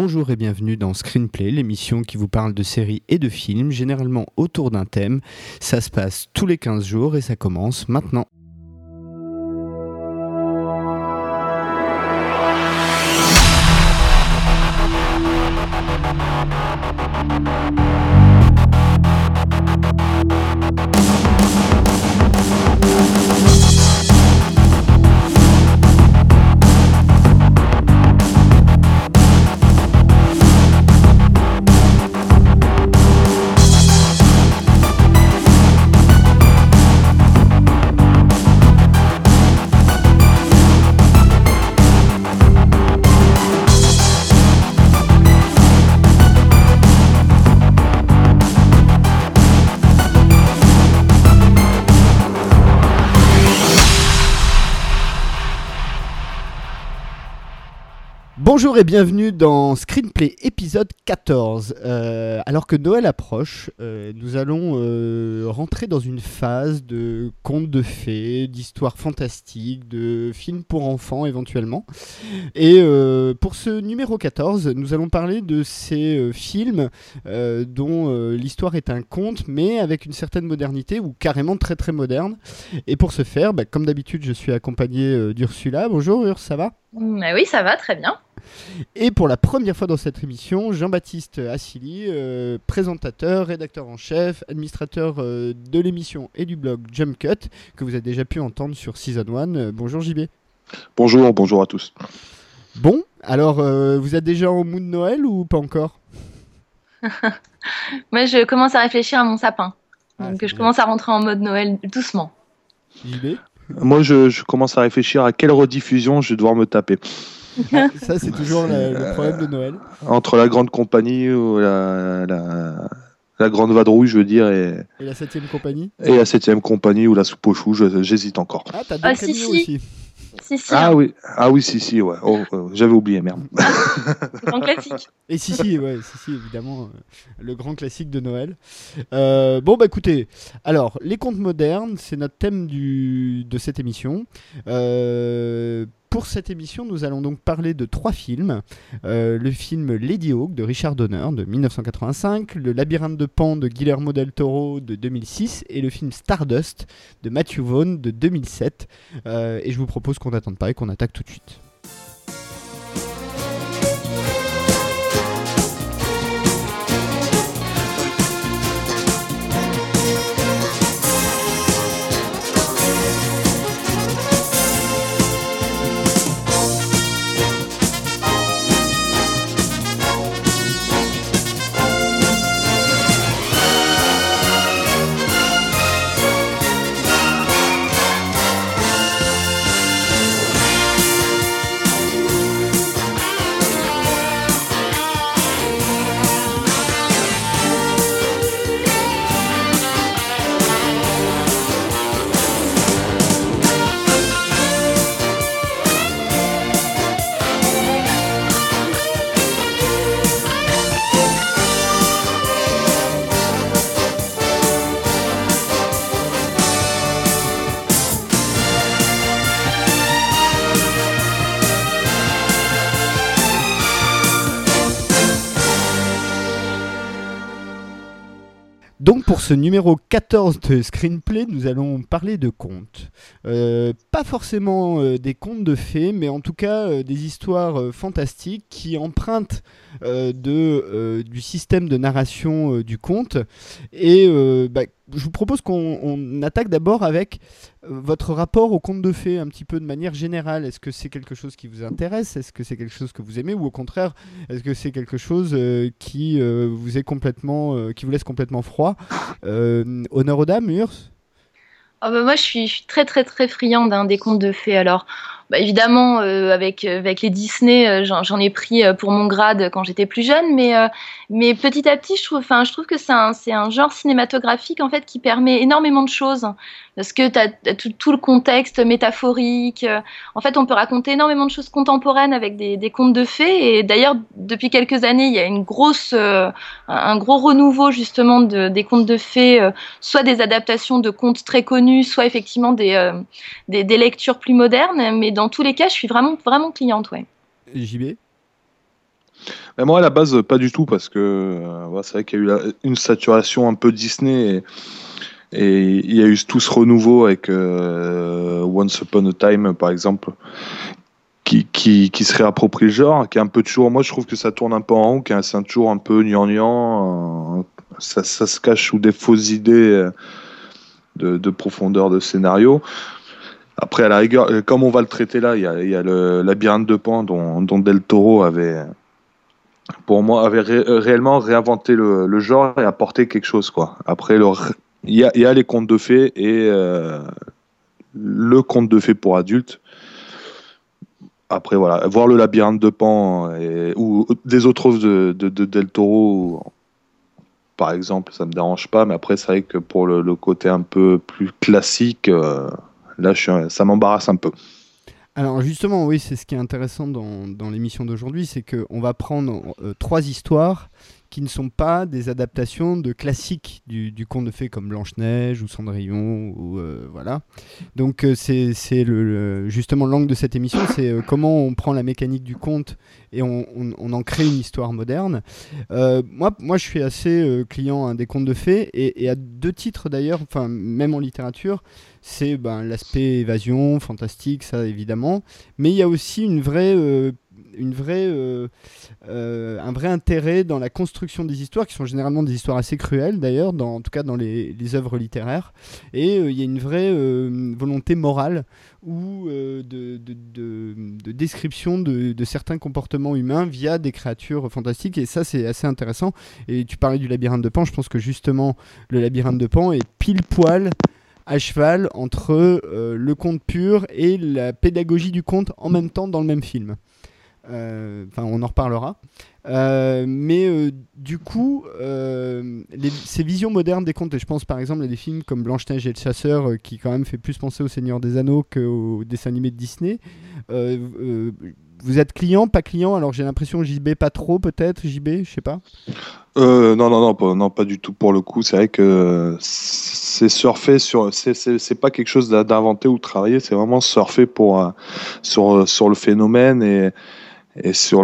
Bonjour et bienvenue dans Screenplay, l'émission qui vous parle de séries et de films, généralement autour d'un thème. Ça se passe tous les 15 jours et ça commence maintenant. Bonjour et bienvenue dans Screenplay épisode 14. Alors que Noël approche, nous allons rentrer dans une phase de contes de fées, d'histoires fantastiques, de films pour enfants éventuellement. Et pour ce numéro 14, nous allons parler de ces films dont l'histoire est un conte, mais avec une certaine modernité ou carrément très très moderne. Et pour ce faire, comme d'habitude, je suis accompagné d'Ursula. Bonjour Urs, ça va ? Oui, ça va, très bien. Et pour la première fois dans cette émission, Jean-Baptiste Assili, présentateur, rédacteur en chef, administrateur de l'émission et du blog Jump Cut, que vous avez déjà pu entendre sur Season 1. Bonjour JB. Bonjour à tous. Bon, alors vous êtes déjà en mood Noël ou pas encore ? Moi, je commence à réfléchir à mon sapin. Donc je commence à rentrer en mode Noël doucement. JB ? Moi, je commence à réfléchir à quelle rediffusion je vais devoir me taper. Ah, ça, c'est toujours le problème de Noël. Entre la grande compagnie ou la grande vadrouille, je veux dire, et la 7ème compagnie. Et la 7ème compagnie ou la soupe aux choux, j'hésite encore. Ah, t'as d'autres animaux aussi. Si, Si, ouais. J'avais oublié, merde. Grand classique. Et si, évidemment, le grand classique de Noël. Écoutez, alors, les contes modernes, c'est notre thème de cette émission. Pour cette émission, nous allons donc parler de 3 films. Le film Lady Hawk de Richard Donner de 1985, Le labyrinthe de Pan de Guillermo del Toro de 2006 et le film Stardust de Matthew Vaughn de 2007. Et je vous propose qu'on n'attende pas et qu'on attaque tout de suite. Donc pour ce numéro 14 de Screenplay, nous allons parler de contes. Pas forcément des contes de fées, mais en tout cas des histoires fantastiques qui empruntent du système de narration du conte. Et je vous propose qu'on attaque d'abord avec votre rapport aux contes de fées, un petit peu de manière générale. Est-ce que c'est quelque chose qui vous intéresse ? Est-ce que c'est quelque chose que vous aimez ? Ou au contraire, est-ce que c'est quelque chose qui vous laisse complètement froid ? Honneur aux dames, Urs ? Moi, je suis très très très friande des contes de fées. Alors, évidemment, avec les Disney, j'en ai pris pour mon grade quand j'étais plus jeune, mais petit à petit, je trouve que c'est un genre cinématographique en fait qui permet énormément de choses parce que t'as tout le contexte métaphorique. En fait, on peut raconter énormément de choses contemporaines avec des contes de fées. Et d'ailleurs, depuis quelques années, il y a un gros renouveau justement des contes de fées, soit des adaptations de contes très connus, soit effectivement des lectures plus modernes. Mais dans tous les cas, je suis vraiment, vraiment cliente, ouais. JB ? Mais moi, à la base, pas du tout, parce que c'est vrai qu'il y a eu une saturation un peu Disney, et il y a eu tout ce renouveau avec Once Upon a Time, par exemple, qui se réapproprie le genre, qui est un peu toujours. Moi, je trouve que ça tourne un peu en rond, c'est toujours un peu gnangnan. Ça se cache sous des fausses idées de profondeur de scénario. Après, à la rigueur, comme on va le traiter là, il y a le Labyrinthe de Pan dont Del Toro avait, pour moi, réellement réinventé le genre et apporté quelque chose, quoi. Après, il y a les contes de fées et le conte de fées pour adultes. Après, voilà, voir le Labyrinthe de Pan ou des autres œuvres de Del Toro, par exemple, ça me dérange pas. Mais après, c'est vrai que pour le côté un peu plus classique, là, ça m'embarrasse un peu. Alors justement, oui, c'est ce qui est intéressant dans l'émission d'aujourd'hui, c'est qu'on va prendre 3 histoires qui ne sont pas des adaptations de classiques du conte de fées comme Blanche-Neige ou Cendrillon, ou voilà. Donc c'est justement l'angle de cette émission, c'est comment on prend la mécanique du conte et on en crée une histoire moderne. Moi, je suis assez client des contes de fées, et à 2 titres d'ailleurs, enfin même en littérature. C'est l'aspect évasion, fantastique, ça évidemment, mais il y a aussi un vrai intérêt dans la construction des histoires, qui sont généralement des histoires assez cruelles d'ailleurs, en tout cas dans les œuvres littéraires, et il y a une vraie volonté morale ou de description de certains comportements humains via des créatures fantastiques, et ça c'est assez intéressant. Et tu parlais du Labyrinthe de Pan, je pense que justement le Labyrinthe de Pan est pile poil à cheval entre le conte pur et la pédagogie du conte en même temps dans le même film. On en reparlera. Mais du coup, ces visions modernes des contes, et je pense par exemple à des films comme Blanche-Neige et le Chasseur, qui quand même fait plus penser au Seigneur des Anneaux qu'aux dessins animés de Disney. Vous êtes client, pas client? Alors j'ai l'impression JB pas trop, peut-être JB, je sais pas. Non, pas du tout pour le coup. C'est vrai que c'est surfer c'est pas quelque chose d'inventé ou de travailler. C'est vraiment surfer sur le phénomène et sur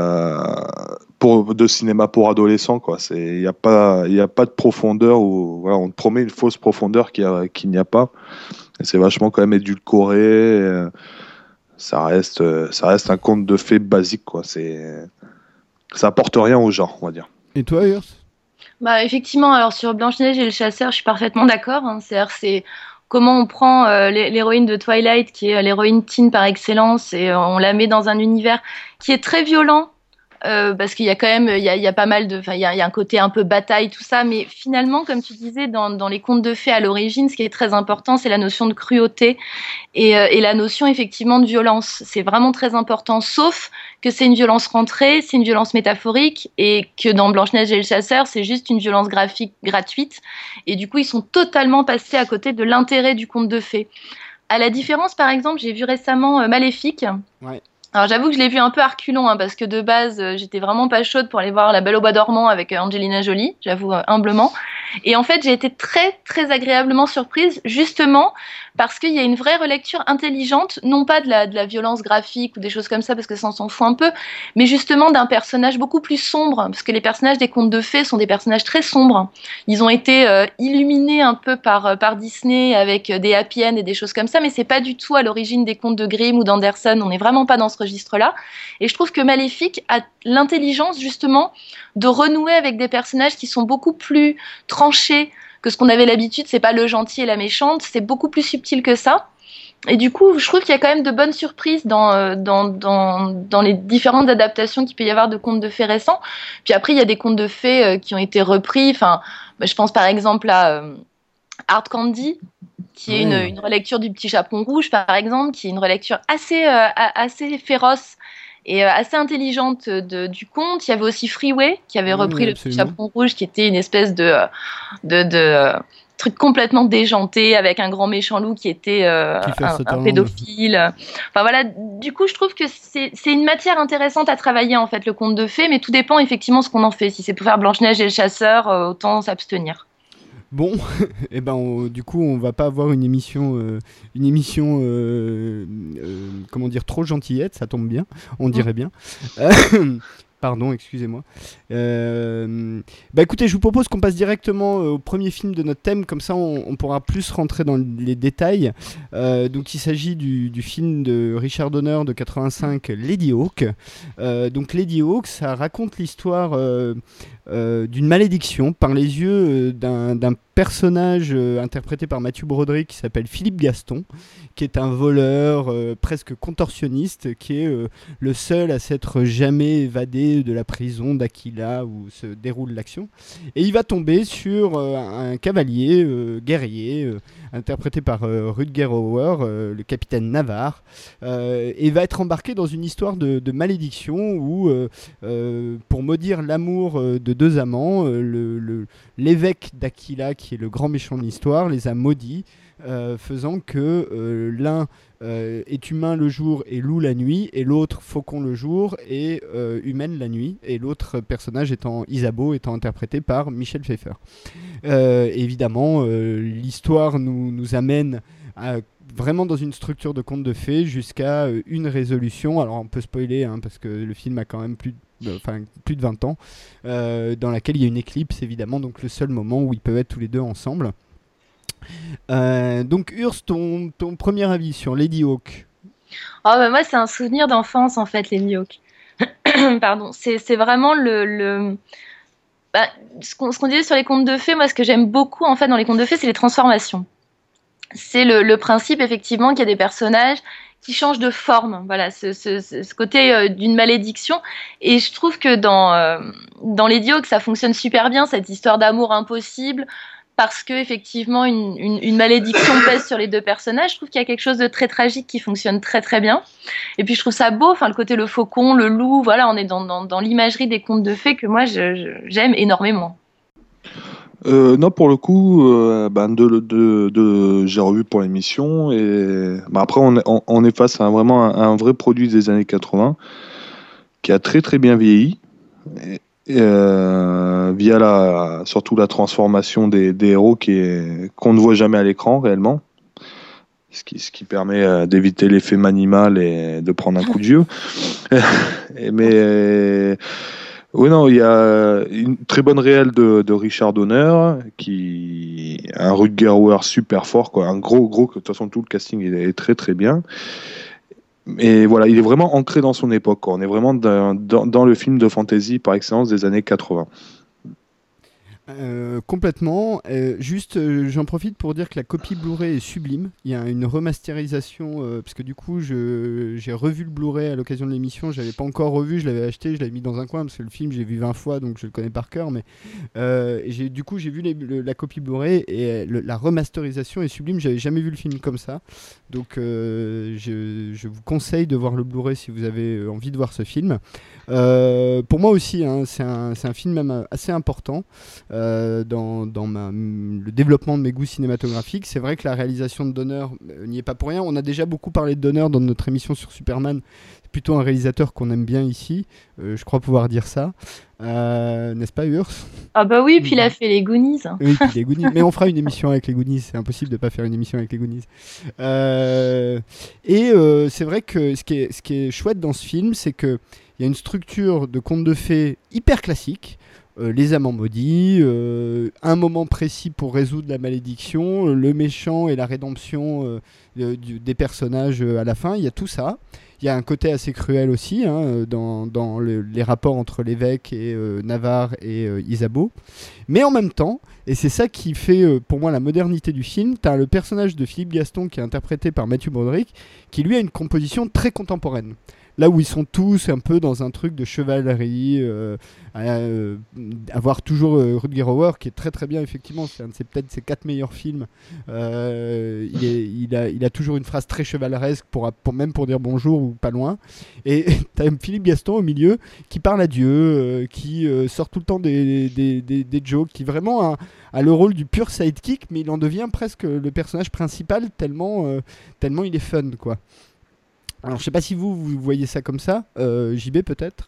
de cinéma pour adolescents, quoi. Il n'y a pas de profondeur, ou voilà, on te promet une fausse profondeur qu'il n'y a pas. Et c'est vachement quand même édulcoré. Ça reste un conte de fées basique, quoi. Ça apporte rien au genre, on va dire. Et toi, Urs? Effectivement, alors sur Blanche-Neige et le Chasseur, je suis parfaitement d'accord. C'est comment on prend l'héroïne de Twilight, qui est l'héroïne teen par excellence, et on la met dans un univers qui est très violent. Parce qu'il y a quand même, il y a pas mal il y a un côté un peu bataille, tout ça, mais finalement, comme tu disais, dans les contes de fées à l'origine, ce qui est très important, c'est la notion de cruauté et la notion effectivement de violence. C'est vraiment très important, sauf que c'est une violence rentrée, c'est une violence métaphorique, et que dans Blanche-Neige et le Chasseur, c'est juste une violence graphique gratuite, et du coup, ils sont totalement passés à côté de l'intérêt du conte de fées. À la différence, par exemple, j'ai vu récemment Maléfique. Ouais. Alors j'avoue que je l'ai vu un peu à reculons, parce que de base j'étais vraiment pas chaude pour aller voir La Belle au bois dormant avec Angelina Jolie, j'avoue humblement. Et en fait j'ai été très très agréablement surprise, justement parce qu'il y a une vraie relecture intelligente, non pas de la violence graphique ou des choses comme ça, parce que ça on s'en fout un peu, mais justement d'un personnage beaucoup plus sombre, parce que les personnages des contes de fées sont des personnages très sombres. Ils ont été illuminés un peu par Disney avec des happy end et des choses comme ça, mais c'est pas du tout à l'origine des contes de Grimm ou d'Anderson. On n'est vraiment pas dans ce registre-là. Et je trouve que Maléfique a l'intelligence justement de renouer avec des personnages qui sont beaucoup plus tranchés que ce qu'on avait l'habitude. C'est pas le gentil et la méchante, c'est beaucoup plus subtil que ça. Et du coup, je trouve qu'il y a quand même de bonnes surprises dans les différentes adaptations qu'il peut y avoir de contes de fées récents. Puis après, il y a des contes de fées qui ont été repris. Enfin, je pense par exemple à Hard Candy, qui est une relecture du Petit Chaperon Rouge, par exemple, qui est une relecture assez féroce et assez intelligente du conte. Il y avait aussi Freeway, qui avait repris le Petit Chaperon Rouge, qui était une espèce de truc complètement déjanté, avec un grand méchant loup qui était un pédophile. Enfin voilà, du coup, je trouve que c'est une matière intéressante à travailler, en fait, le conte de fées, mais tout dépend effectivement ce qu'on en fait. Si c'est pour faire Blanche-Neige et le Chasseur, autant s'abstenir. Bon, et du coup, on va pas avoir une émission comment dire, trop gentillette, ça tombe bien, on dirait bien. Pardon, excusez-moi. Écoutez, je vous propose qu'on passe directement au premier film de notre thème, comme ça on pourra plus rentrer dans les détails. Donc il s'agit du film de Richard Donner de 85, Ladyhawke. Donc Ladyhawke, ça raconte l'histoire d'une malédiction par les yeux d'un personnage interprété par Matthew Broderick qui s'appelle Philippe Gaston, qui est un voleur presque contorsionniste, qui est le seul à s'être jamais évadé de la prison d'Aquila où se déroule l'action. Et il va tomber sur un cavalier guerrier interprété par Rutger Hauer, le capitaine Navarre, et va être embarqué dans une histoire de malédiction où, pour maudire l'amour de deux amants, l'évêque d'Aquila, qui est le grand méchant de l'histoire, les a maudits, faisant que l'un est humain le jour et loup la nuit, et l'autre faucon le jour et humaine la nuit, et l'autre personnage étant Isabeau, étant interprété par Michel Pfeiffer. Évidemment, l'histoire nous amène vraiment dans une structure de conte de fées jusqu'à une résolution. Alors on peut spoiler parce que le film a quand même plus de 20 ans, dans laquelle il y a une éclipse évidemment, donc le seul moment où ils peuvent être tous les deux ensemble. Donc Urs, ton premier avis sur Ladyhawke? Moi c'est un souvenir d'enfance en fait, Ladyhawke. Pardon, c'est vraiment ce qu'on disait sur les contes de fées. Moi ce que j'aime beaucoup en fait dans les contes de fées, c'est les transformations. C'est le principe effectivement qu'il y a des personnages qui changent de forme, voilà, ce côté d'une malédiction. Et je trouve que dans Ladyhawke ça fonctionne super bien, cette histoire d'amour impossible, parce que effectivement une malédiction pèse sur les deux personnages. Je trouve qu'il y a quelque chose de très tragique qui fonctionne très très bien. Et puis je trouve ça beau, le côté le faucon, le loup, voilà, on est dans l'imagerie des contes de fées que moi j'aime énormément. Non, pour le coup, j'ai revu pour l'émission, et après on est face à vraiment un vrai produit des années 80 qui a très très bien vieilli, via surtout la transformation des héros qu'on ne voit jamais à l'écran réellement, ce qui permet d'éviter l'effet Manimal et de prendre un coup de vieux. Mais oui, non, il y a une très bonne réelle de Richard Donner, un Rutger Hauer super fort, quoi, un gros, de toute façon tout le casting est très très bien. Et voilà, il est vraiment ancré dans son époque, quoi. On est vraiment dans le film de fantasy par excellence des années 80. Complètement. J'en profite pour dire que la copie Blu-ray est sublime. Il y a une remasterisation, parce que du coup j'ai revu le Blu-ray à l'occasion de l'émission. Je l'avais pas encore revu, je l'avais acheté, je l'avais mis dans un coin parce que le film j'ai vu 20 fois, donc je le connais par cœur. Mais j'ai vu la copie Blu-ray, et la remasterisation est sublime. J'avais jamais vu le film comme ça, donc je vous conseille de voir le Blu-ray si vous avez envie de voir ce film. Pour moi aussi, c'est un film même assez important dans le développement de mes goûts cinématographiques. C'est vrai que la réalisation de Donner n'y est pas pour rien. On a déjà beaucoup parlé de Donner dans notre émission sur Superman. C'est plutôt un réalisateur qu'on aime bien ici. Je crois pouvoir dire ça. N'est-ce pas, Urs? Ah bah oui, puis il a fait les Goonies. Oui, puis les Goonies. Mais on fera une émission avec les Goonies. C'est impossible de ne pas faire une émission avec les Goonies. C'est vrai que ce qui est chouette dans ce film, c'est qu'il y a une structure de conte de fées hyper classique. Les amants maudits, un moment précis pour résoudre la malédiction, le méchant et la rédemption des personnages à la fin. Il y a tout ça. Il y a un côté assez cruel aussi dans les rapports entre l'évêque et Navarre et Isabeau. Mais en même temps, et c'est ça qui fait pour moi la modernité du film, tu as le personnage de Philippe Gaston qui est interprété par Matthew Broderick, qui lui a une composition très contemporaine. Là où ils sont tous un peu dans un truc de chevalerie, avoir toujours Rutger Hauer qui est très très bien, effectivement, c'est peut-être ses 4 meilleurs films. Il a toujours une phrase très chevaleresque même pour dire bonjour ou pas loin. Et t'as Philippe Gaston au milieu qui parle à Dieu, qui sort tout le temps des jokes, qui vraiment a le rôle du pur sidekick, mais il en devient presque le personnage principal tellement il est fun, quoi. Alors, je sais pas si vous voyez ça comme ça, JB peut-être.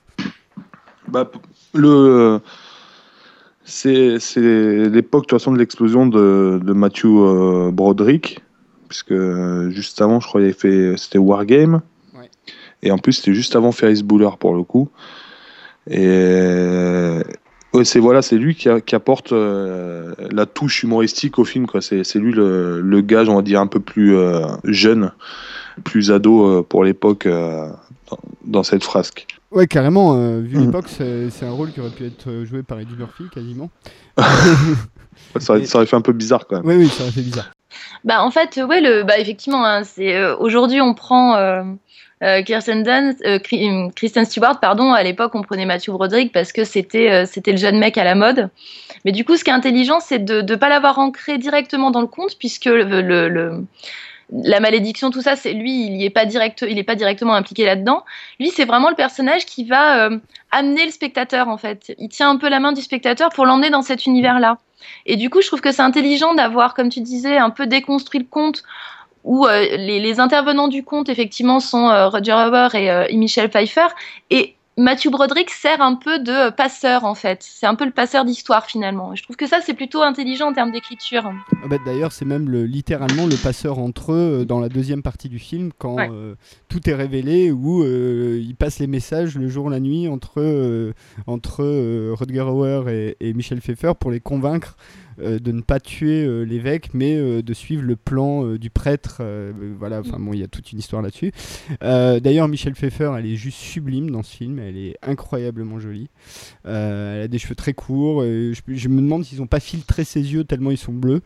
C'est l'époque de toute façon de l'explosion de Matthew Broderick, puisque juste avant, je crois, c'était Wargame, ouais. Et en plus c'était juste avant Ferris Bueller pour le coup. Et ouais, c'est lui qui apporte la touche humoristique au film, quoi. C'est lui le gars, on va dire, un peu plus jeune, plus ado pour l'époque dans cette frasque. Ouais, carrément, vu l'époque, c'est un rôle qui aurait pu être joué par Eddie Murphy, quasiment. Ça aurait fait un peu bizarre, quand même. Oui, ça aurait fait bizarre. Bah, en fait, ouais, effectivement, hein, aujourd'hui, on prend Kristen Stewart, pardon. À l'époque, on prenait Matthew Broderick parce que c'était le jeune mec à la mode. Mais du coup, ce qui est intelligent, c'est de ne pas l'avoir ancré directement dans le conte, puisque la malédiction, tout ça, c'est lui, il est pas directement impliqué là-dedans. Lui, c'est vraiment le personnage qui va amener le spectateur, en fait. Il tient un peu la main du spectateur pour l'emmener dans cet univers-là. Et du coup, je trouve que c'est intelligent d'avoir, comme tu disais, un peu déconstruit le conte, où les intervenants du conte, effectivement, sont Roger Hauer et Michelle Pfeiffer. Et Matthew Broderick sert un peu de passeur, en fait. C'est un peu le passeur d'histoire, finalement. Et je trouve que ça, c'est plutôt intelligent en termes d'écriture. D'ailleurs, c'est même littéralement le passeur entre eux dans la deuxième partie du film, quand tout est révélé, où ils passent les messages le jour, la nuit, entre Rutger Hauer et Michelle Pfeiffer pour les convaincre de ne pas tuer l'évêque, mais de suivre le plan du prêtre. Voilà, enfin bon, il y a toute une histoire là-dessus. D'ailleurs, Michelle Pfeiffer, elle est juste sublime dans ce film. Elle est incroyablement jolie. Elle a des cheveux très courts. Je me demande s'ils n'ont pas filtré ses yeux tellement ils sont bleus.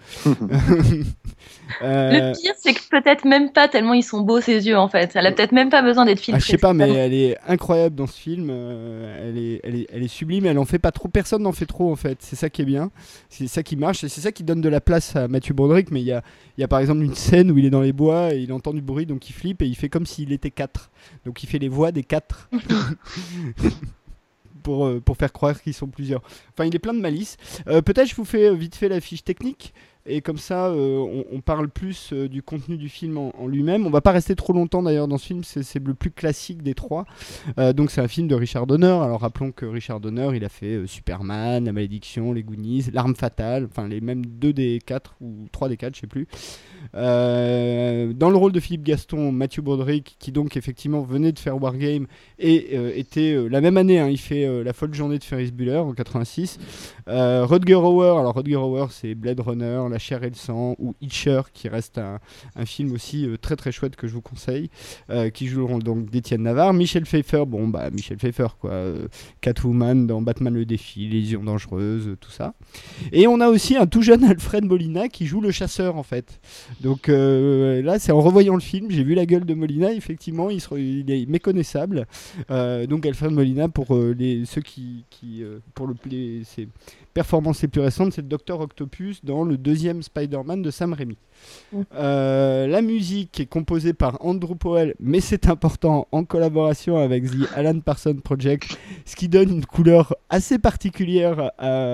Le pire, c'est que peut-être même pas tellement ils sont beaux ses yeux, en fait. Elle a peut-être même pas besoin d'être filtrée. Je sais pas, mais elle est incroyable dans ce film. Elle est sublime. Elle en fait pas trop. Personne n'en fait trop, en fait. C'est ça qui est bien. C'est ça qui marche. Et c'est ça qui donne de la place à Matthew Broderick. Mais il y a par exemple une scène où il est dans les bois et il entend du bruit, donc il flippe et il fait comme s'il était 4. Donc il fait les voix des 4. Pour faire croire qu'ils sont plusieurs. Enfin, il est plein de malice. Peut-être je vous fais vite fait la fiche technique. Et comme ça, on parle plus du contenu du film en lui-même. On va pas rester trop longtemps d'ailleurs dans ce film, c'est le plus classique des trois. Donc c'est un film de Richard Donner. Alors rappelons que Richard Donner, il a fait Superman, La Malédiction, Les Goonies, L'Arme Fatale, enfin les mêmes 2 des 4 ou 3 des 4, je sais plus. Dans le rôle de Philippe Gaston, Matthew Broderick, qui donc effectivement venait de faire War Game et était la même année, hein, il fait La Folle Journée de Ferris Bueller en 86. Rutger Hauer, alors Rutger Hauer c'est Blade Runner, La Chair et le Sang ou Hitcher, qui reste un film aussi très très chouette que je vous conseille, qui joue le rôle donc d'Étienne Navarre. Michelle Pfeiffer, Michelle Pfeiffer quoi, Catwoman dans Batman le défi, Légion dangereuse, tout ça. Et on a aussi un tout jeune Alfred Molina qui joue le chasseur en fait. Donc là c'est en revoyant le film, j'ai vu la gueule de Molina, effectivement il est méconnaissable. Donc Alfred Molina, pour ceux qui pour ses performances les plus récentes, c'est le Dr Octopus dans le deuxième Spider-Man de Sam Raimi. La musique est composée par Andrew Powell, mais c'est important, en collaboration avec The Alan Parsons Project, ce qui donne une couleur assez particulière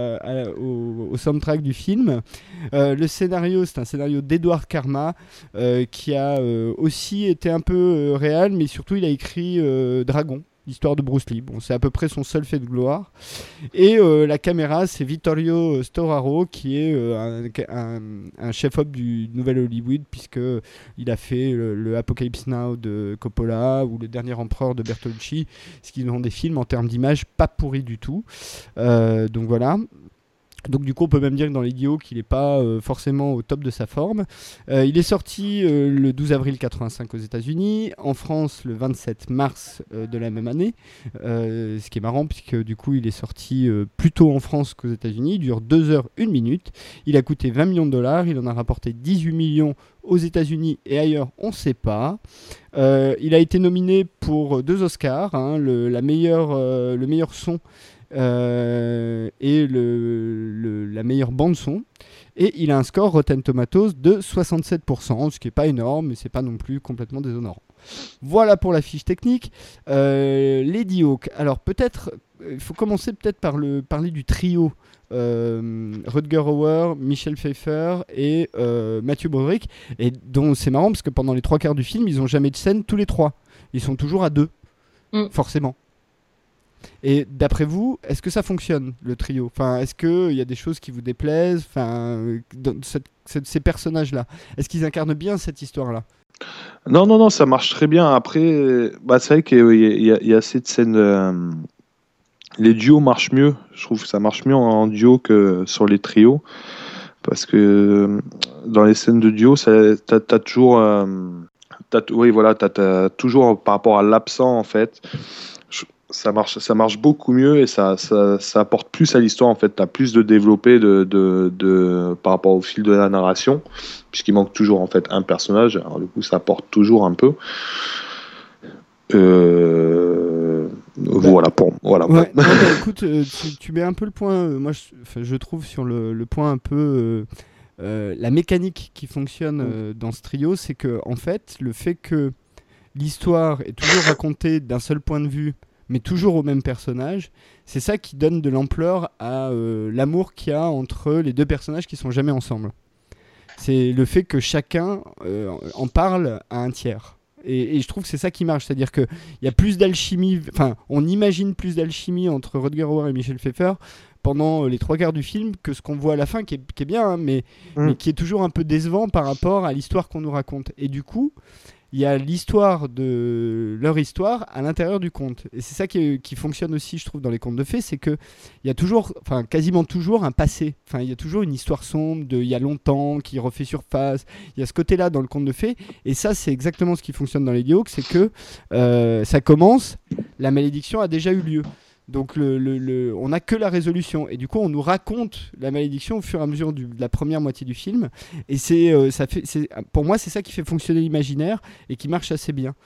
au soundtrack du film. Le scénario, c'est un scénario d'Edward Karma, qui a aussi été un peu réel, mais surtout il a écrit Dragon, l'histoire de Bruce Lee. Bon, c'est à peu près son seul fait de gloire. Et la caméra, c'est Vittorio Storaro, qui est un chef-op du Nouvel Hollywood, puisqu'il a fait le Apocalypse Now de Coppola ou Le Dernier Empereur de Bertolucci, ce qui sont des films en termes d'image pas pourris du tout. Donc voilà. Donc du coup on peut même dire que dans les Guillaume qu'il n'est pas forcément au top de sa forme. Il est sorti le 12 avril 85 aux États-Unis, en France le 27 mars de la même année, ce qui est marrant puisque du coup il est sorti plus tôt en France qu'aux États-Unis. Il dure 2 heures 1 minute, il a coûté 20 millions de dollars, il en a rapporté 18 millions aux États-Unis et ailleurs on ne sait pas. Il a été nominé pour 2 Oscars, hein, le meilleur son et la meilleure bande son, et il a un score Rotten Tomatoes de 67%, ce qui n'est pas énorme mais c'est pas non plus complètement déshonorant. Voilà pour la fiche technique. Lady Hawk, alors peut-être il faut commencer peut-être par parler du trio Rutger Hauer, Michelle Pfeiffer et Matthew Broderick, et dont c'est marrant parce que pendant les 3 quarts du film ils n'ont jamais de scène tous les 3, ils sont toujours à 2 forcément. Et d'après vous, est-ce que ça fonctionne, le trio ? Enfin, est-ce qu'il y a des choses qui vous déplaisent, dans ces personnages-là ? Est-ce qu'ils incarnent bien cette histoire-là ? Non, ça marche très bien. Après, c'est vrai qu'il y a assez de scènes les duos marchent mieux. Je trouve que ça marche mieux en duo que sur les trios. Parce que dans les scènes de duo, t'as toujours, oui, voilà, t'as toujours par rapport à l'absent en fait, ça marche beaucoup mieux et ça apporte plus à l'histoire en fait. T'as plus de développé par rapport au fil de la narration, puisqu'il manque toujours en fait un personnage. Alors du coup, ça apporte toujours un peu. Voilà pour voilà. Ouais, non, écoute, tu mets un peu le point. Moi, je trouve sur le point un peu la mécanique qui fonctionne dans ce trio, c'est que en fait, le fait que l'histoire est toujours racontée d'un seul point de vue, mais toujours au même personnage, c'est ça qui donne de l'ampleur à l'amour qu'il y a entre les deux personnages qui sont jamais ensemble. C'est le fait que chacun en parle à un tiers. Et je trouve que c'est ça qui marche, c'est-à-dire qu'il y a plus d'alchimie, enfin, on imagine plus d'alchimie entre Rutger Hauer et Michel Pfeiffer pendant les 3 quarts du film que ce qu'on voit à la fin, qui est bien, hein, mais qui est toujours un peu décevant par rapport à l'histoire qu'on nous raconte. Et du coup, il y a l'histoire de leur histoire à l'intérieur du conte. Et c'est ça qui fonctionne aussi, je trouve, dans les contes de fées, c'est qu'il y a toujours, enfin quasiment toujours un passé. Enfin, il y a toujours une histoire sombre il y a longtemps qui refait surface. Il y a ce côté-là dans le conte de fées. Et ça, c'est exactement ce qui fonctionne dans les Hawks, c'est que ça commence, la malédiction a déjà eu lieu. Donc on n'a que la résolution et du coup on nous raconte la malédiction au fur et à mesure de la première moitié du film et pour moi c'est ça qui fait fonctionner l'imaginaire et qui marche assez bien.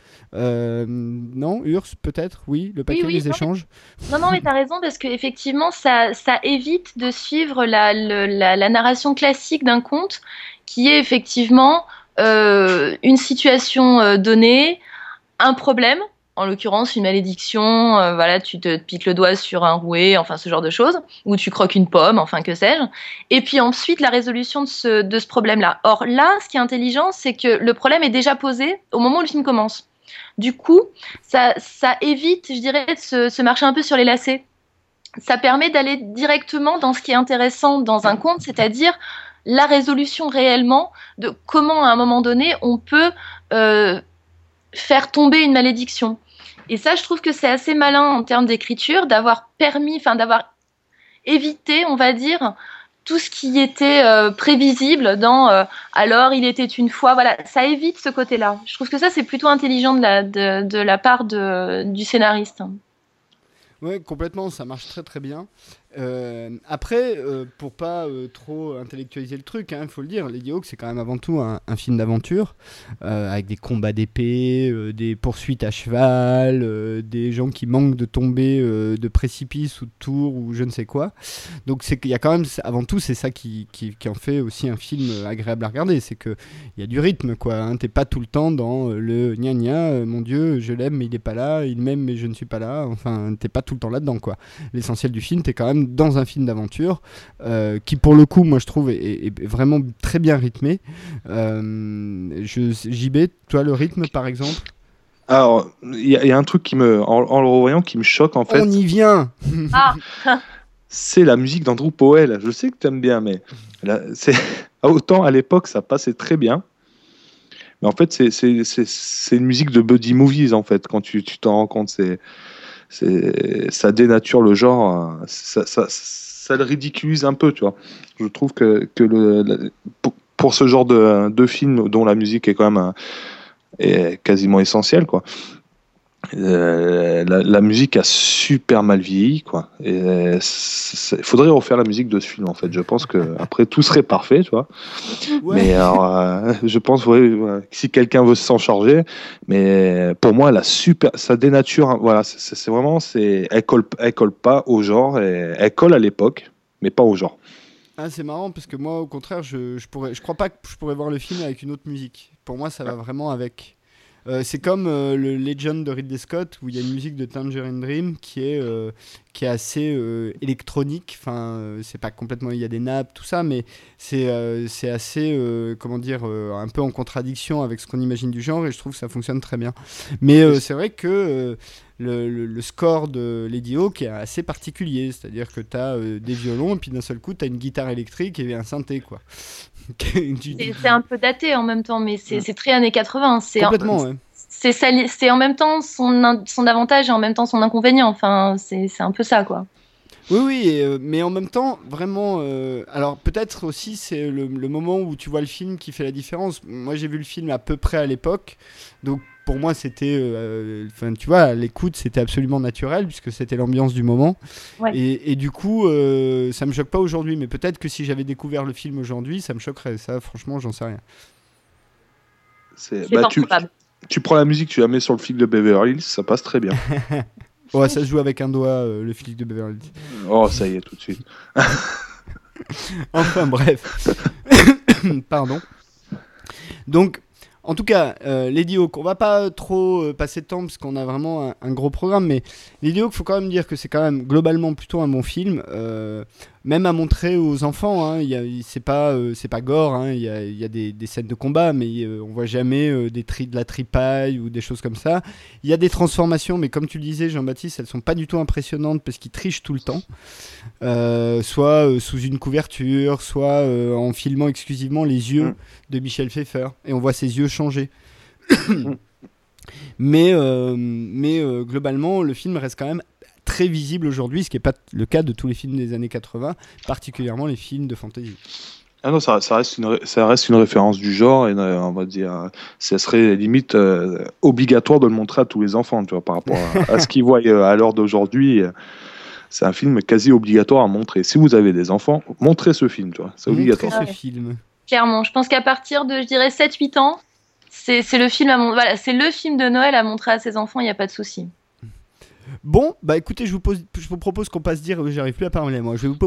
Non, Urs peut-être, oui, le paquet des échanges. Non, mais t'as raison parce que effectivement ça évite de suivre la narration classique d'un conte qui est effectivement une situation donnée, un problème. En l'occurrence, une malédiction, voilà, tu te piques le doigt sur un rouet, enfin ce genre de choses, ou tu croques une pomme, enfin que sais-je. Et puis ensuite, la résolution de ce problème-là. Or là, ce qui est intelligent, c'est que le problème est déjà posé au moment où le film commence. Du coup, ça évite, je dirais, de se marcher un peu sur les lacets. Ça permet d'aller directement dans ce qui est intéressant dans un conte, c'est-à-dire la résolution réellement de comment, à un moment donné, on peut faire tomber une malédiction. Et ça, je trouve que c'est assez malin en termes d'écriture, d'avoir évité, on va dire, tout ce qui était prévisible dans alors il était une fois. Voilà, ça évite ce côté-là. Je trouve que ça, c'est plutôt intelligent de la part du scénariste. Ouais, complètement, ça marche très très bien. Après, pour pas trop intellectualiser le truc, il faut le dire, Lady Hawk c'est quand même avant tout un film d'aventure avec des combats d'épée, des poursuites à cheval, des gens qui manquent de tomber de précipices ou de tours ou je ne sais quoi. Donc il y a quand même, avant tout, c'est ça qui en fait aussi un film agréable à regarder, c'est que il y a du rythme quoi. Hein, t'es pas tout le temps dans le gna gna, mon Dieu, je l'aime mais il est pas là, il m'aime mais je ne suis pas là. Enfin, t'es pas tout le temps là-dedans quoi. L'essentiel du film, t'es quand même dans un film d'aventure qui pour le coup moi je trouve est vraiment très bien rythmé. JB, toi le rythme par exemple? Alors il y a un truc en le revoyant qui me choque en fait. On y vient. C'est la musique d'Andrew Powell. Je sais que t'aimes bien, mais là, autant à l'époque ça passait très bien. Mais en fait c'est une musique de buddy movies en fait quand tu t'en rends compte. Ça dénature le genre, ça le ridiculise un peu, tu vois. Je trouve que pour ce genre de film dont la musique est quand même est quasiment essentielle, quoi. La musique a super mal vieilli, quoi. Il faudrait refaire la musique de ce film, en fait. Je pense que après tout serait parfait, tu vois. Ouais. Mais alors, je pense, si quelqu'un veut s'en charger, mais pour moi, ça dénature. Voilà, c'est vraiment, elle colle pas au genre, elle colle à l'époque, mais pas au genre. Ah, c'est marrant parce que moi, au contraire, je crois pas que je pourrais voir le film avec une autre musique. Pour moi, ça va vraiment avec. C'est comme le Legend de Ridley Scott où il y a une musique de Tangerine Dream qui est assez électronique. Enfin, c'est pas complètement, il y a des nappes, tout ça, mais c'est assez, comment dire, un peu en contradiction avec ce qu'on imagine du genre et je trouve que ça fonctionne très bien. Mais c'est vrai que le score de Lady Hawk est assez particulier, c'est-à-dire que tu as des violons et puis d'un seul coup tu as une guitare électrique et un synthé quoi. C'est un peu daté en même temps, mais c'est très années 80. Complètement, ouais. C'est en même temps son avantage et en même temps son inconvénient. Enfin, c'est un peu ça, quoi. Oui, mais en même temps, vraiment. Alors, peut-être aussi, c'est le moment où tu vois le film qui fait la différence. Moi, j'ai vu le film à peu près à l'époque. Donc, pour moi, c'était. Tu vois, à l'écoute, c'était absolument naturel, puisque c'était l'ambiance du moment. Ouais. Et du coup, ça me choque pas aujourd'hui. Mais peut-être que si j'avais découvert le film aujourd'hui, ça me choquerait. Ça, franchement, j'en sais rien. C'est fort probable. Tu prends la musique, tu la mets sur le flic de Beverly Hills, ça passe très bien. Ouais, ça se joue avec un doigt, le flic de Beverly Hills. Oh, ça y est, tout de suite. Enfin, bref. Pardon. Donc, en tout cas, Lady Hawk, on va pas trop passer de temps parce qu'on a vraiment un gros programme, mais Lady Hawk, faut quand même dire que c'est quand même globalement plutôt un bon film, même à montrer aux enfants. Hein, c'est pas gore, hein, il y a des scènes de combat, mais on voit jamais de la tripaille ou des choses comme ça. Il y a des transformations, mais comme tu le disais, Jean-Baptiste, elles sont pas du tout impressionnantes parce qu'ils trichent tout le temps, soit sous une couverture, soit en filmant exclusivement les yeux de Michel Pfeiffer, et on voit ses yeux changer. mais globalement, le film reste quand même très visible aujourd'hui, ce qui n'est pas le cas de tous les films des années 80, particulièrement les films de fantasy. Ah non, ça reste une référence du genre, et on va dire, ça serait limite obligatoire de le montrer à tous les enfants, tu vois, par rapport à ce qu'ils voient à l'heure d'aujourd'hui. C'est un film quasi obligatoire à montrer. Si vous avez des enfants, montrez ce film, tu vois, c'est obligatoire. Montrez ce film. Clairement, je pense qu'à partir de, je dirais, 7-8 ans, c'est le film c'est le film de Noël à montrer à ses enfants, il n'y a pas de souci. Bon, bah écoutez, je vous propose qu'on passe j'arrive plus à parler moi. Je vous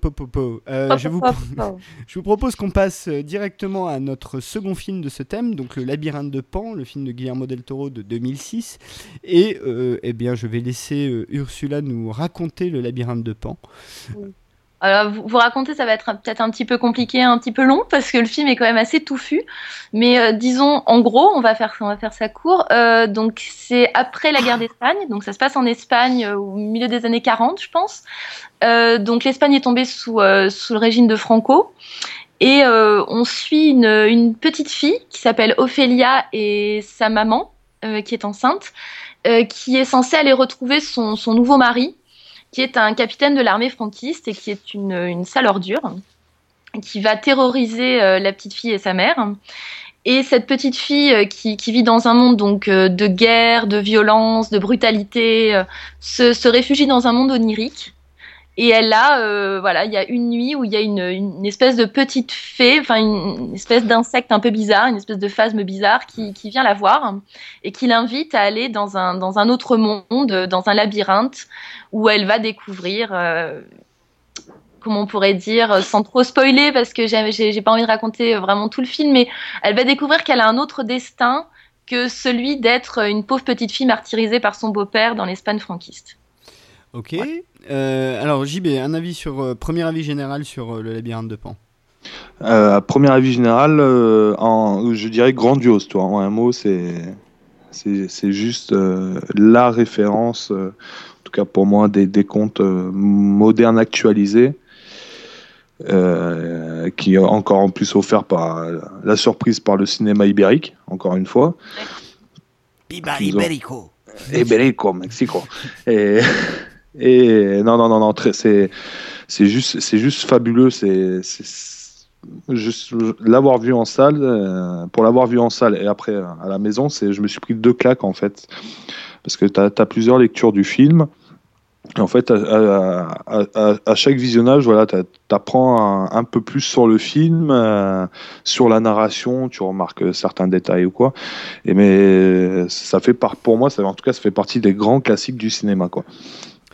propose qu'on passe directement à notre second film de ce thème, donc Le Labyrinthe de Pan, le film de Guillermo del Toro de 2006. Et eh bien, je vais laisser Ursula nous raconter Le Labyrinthe de Pan. Alors, vous raconter, ça va être peut-être un petit peu compliqué, un petit peu long, parce que le film est quand même assez touffu. Mais disons, en gros, on va faire ça court. Donc, c'est après la guerre d'Espagne. Donc, ça se passe en Espagne au milieu des années 40, je pense. Donc, l'Espagne est tombée sous le régime de Franco. Et on suit une petite fille qui s'appelle Ophélia et sa maman, qui est enceinte, qui est censée aller retrouver son nouveau mari, qui est un capitaine de l'armée franquiste et qui est une sale ordure, qui va terroriser la petite fille et sa mère. Et cette petite fille qui vit dans un monde donc de guerre, de violence, de brutalité, se réfugie dans un monde onirique. Et elle a, il y a une nuit où il y a une espèce de petite fée, enfin une espèce d'insecte un peu bizarre, une espèce de phasme bizarre qui vient la voir et qui l'invite à aller dans un autre monde, dans un labyrinthe où elle va découvrir, comment on pourrait dire, sans trop spoiler parce que j'ai pas envie de raconter vraiment tout le film, mais elle va découvrir qu'elle a un autre destin que celui d'être une pauvre petite fille martyrisée par son beau-père dans l'Espagne franquiste. Ok. Ouais. Alors JB, premier avis général sur Le Labyrinthe de Pan. Premier avis général, je dirais grandiose, toi. En un mot, c'est juste la référence, en tout cas pour moi, des contes modernes actualisés, qui est encore en plus offert par la surprise par le cinéma ibérique, encore une fois. Ibérico. Ibérico, Mexico. Et non, c'est juste fabuleux. Juste l'avoir vu en salle, pour l'avoir vu en salle et après à la maison, je me suis pris 2 claques en fait, parce que t'as plusieurs lectures du film. Et en fait, à chaque visionnage, voilà, t'apprends un peu plus sur le film, sur la narration, tu remarques certains détails ou quoi. Mais ça fait pour moi, en tout cas, ça fait partie des grands classiques du cinéma, quoi. Urs ?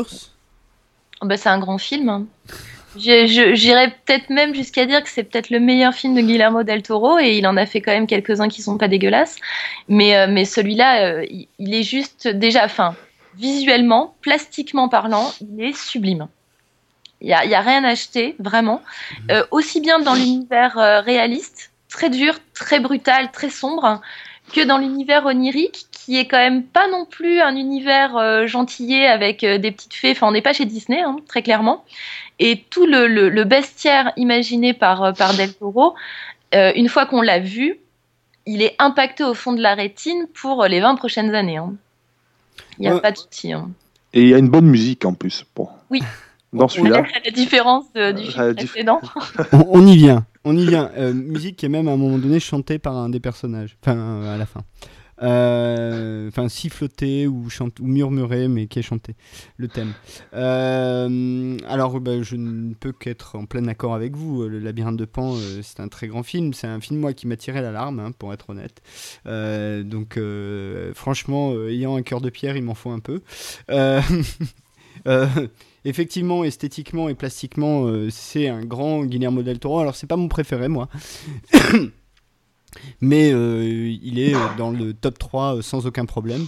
C'est un grand film. Hein. J'irais peut-être même jusqu'à dire que c'est peut-être le meilleur film de Guillermo del Toro, et il en a fait quand même quelques-uns qui sont pas dégueulasses. Mais celui-là, il est juste déjà, visuellement, plastiquement parlant, il est sublime. Il y a rien à acheter, vraiment. Aussi bien dans l'univers réaliste, très dur, très brutal, très sombre, que dans l'univers onirique, qui est quand même pas non plus un univers gentillet avec des petites fées. Enfin, on n'est pas chez Disney, hein, très clairement. Et tout le bestiaire imaginé par Del Toro, une fois qu'on l'a vu, il est impacté au fond de la rétine pour les 20 prochaines années. Hein. Il n'y a pas de souci. Hein. Et il y a une bonne musique en plus. Bon. Oui. Dans celui-là. À la différence du film précédent. On y vient. Musique qui est même à un moment donné chantée par un des personnages. Enfin, à la fin. Enfin, sifflotée ou murmurée, mais qui est chantée, le thème. Alors, je ne peux qu'être en plein accord avec vous. Le Labyrinthe de Pan, c'est un très grand film. C'est un film, moi, qui m'a tiré la larme, hein, pour être honnête. Donc, franchement, ayant un cœur de pierre, il m'en faut un peu. Effectivement, esthétiquement et plastiquement, c'est un grand Guillermo del Toro. Alors, c'est pas mon préféré, moi. Mais il est dans le top 3 sans aucun problème.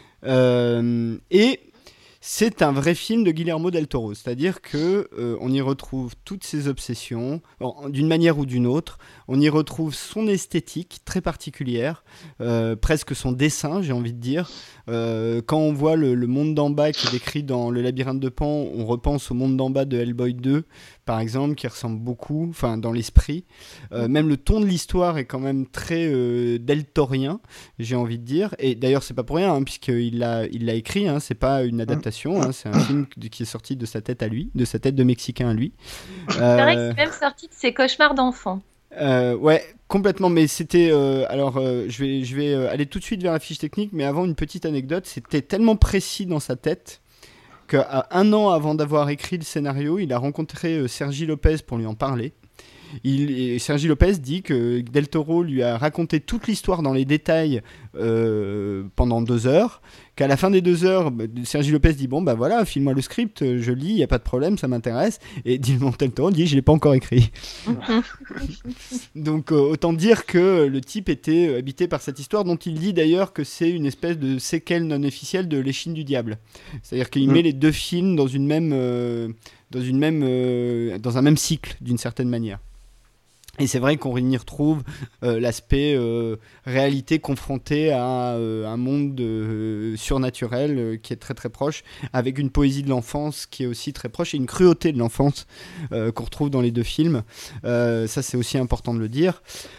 Et c'est un vrai film de Guillermo del Toro, c'est-à-dire qu'on y retrouve toutes ses obsessions, d'une manière ou d'une autre. On y retrouve son esthétique très particulière, presque son dessin, j'ai envie de dire. Quand on voit le monde d'en bas qui est décrit dans Le Labyrinthe de Pan, on repense au monde d'en bas de Hellboy 2, par exemple, qui ressemble beaucoup, enfin dans l'esprit. Même le ton de l'histoire est quand même très deltorien, j'ai envie de dire. Et d'ailleurs, c'est pas pour rien, hein, puisqu'il l'a écrit, hein, c'est pas une adaptation, hein, c'est un film qui est sorti de sa tête à lui, de sa tête de Mexicain à lui. C'est vrai que c'est même sorti de ses cauchemars d'enfant. Ouais, complètement, mais c'était... je vais aller tout de suite vers la fiche technique, mais avant, une petite anecdote, c'était tellement précis dans sa tête qu'à 1 an avant d'avoir écrit le scénario, il a rencontré Sergi Lopez pour lui en parler. Sergi Lopez dit que Del Toro lui a raconté toute l'histoire dans les détails pendant 2 heures, qu'à la fin des 2 heures, Sergi Lopez dit bon bah voilà, file-moi le script, je lis, il n'y a pas de problème, ça m'intéresse, et Del Toro dit je l'ai pas encore écrit. Donc autant dire que le type était habité par cette histoire, dont il dit d'ailleurs que c'est une espèce de séquelle non officielle de L'Échine du Diable, c'est-à-dire qu'il met les 2 films dans un même cycle d'une certaine manière. Et c'est vrai qu'on y retrouve l'aspect réalité confrontée à un monde surnaturel qui est très très proche, avec une poésie de l'enfance qui est aussi très proche et une cruauté de l'enfance qu'on retrouve dans les 2 films. Ça, c'est aussi important de le dire.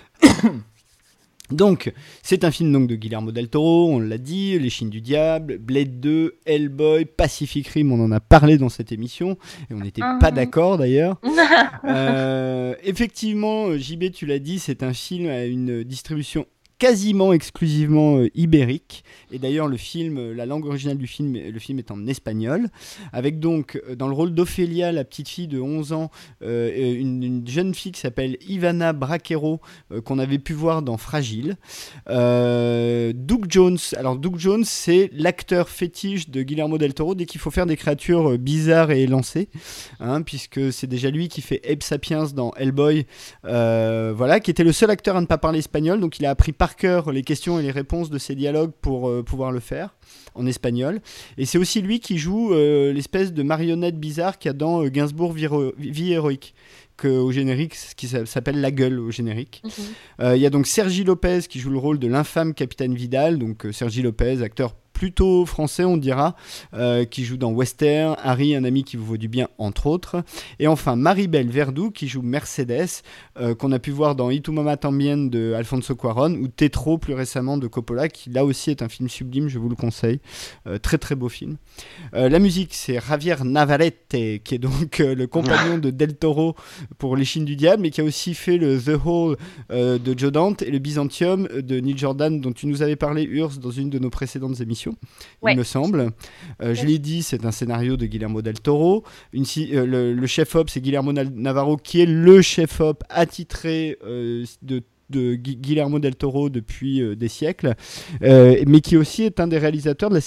Donc, c'est un film donc, de Guillermo del Toro, on l'a dit, L'Échine du Diable, Blade 2, Hellboy, Pacific Rim, on en a parlé dans cette émission, et on n'était pas d'accord d'ailleurs. Effectivement, JB, tu l'as dit, c'est un film à une distribution quasiment exclusivement ibérique, et d'ailleurs la langue originale du film, le film est en espagnol, avec donc dans le rôle d'Ophélia, la petite fille de 11 ans, une jeune fille qui s'appelle Ivana Braquero, qu'on avait pu voir dans Fragile. Doug Jones, alors Doug Jones, c'est l'acteur fétiche de Guillermo del Toro dès qu'il faut faire des créatures bizarres et élancées, hein, puisque c'est déjà lui qui fait Abe Sapiens dans Hellboy, voilà, qui était le seul acteur à ne pas parler espagnol, donc il a appris par cœur les questions et les réponses de ses dialogues pour pouvoir le faire en espagnol. Et c'est aussi lui qui joue l'espèce de marionnette bizarre qu'il y a dans Gainsbourg Vie héroïque, au générique, qui s'appelle La Gueule au générique. Il y a donc Sergi Lopez qui joue le rôle de l'infâme capitaine Vidal, donc Sergi Lopez, acteur plutôt français on dira, qui joue dans Western, Harry, un ami qui vous vaut du bien entre autres, et enfin Maribel Verdú qui joue Mercedes, qu'on a pu voir dans Y tu mamá también de Alfonso Cuarón, ou Tetro plus récemment de Coppola, qui là aussi est un film sublime, je vous le conseille, très très beau film. La musique c'est Javier Navarrete, qui est donc le compagnon de Del Toro pour L'Échine du Diable, mais qui a aussi fait le The Hole de Joe Dante et le Byzantium de Neil Jordan, dont tu nous avais parlé, Urs, dans une de nos précédentes émissions. Ouais. Il me semble. Je l'ai dit, c'est un scénario de Guillermo del Toro. Le chef-op, c'est Guillermo Navarro, qui est le chef-op attitré de Guillermo del Toro depuis des siècles, mais qui aussi est un des réalisateurs de la série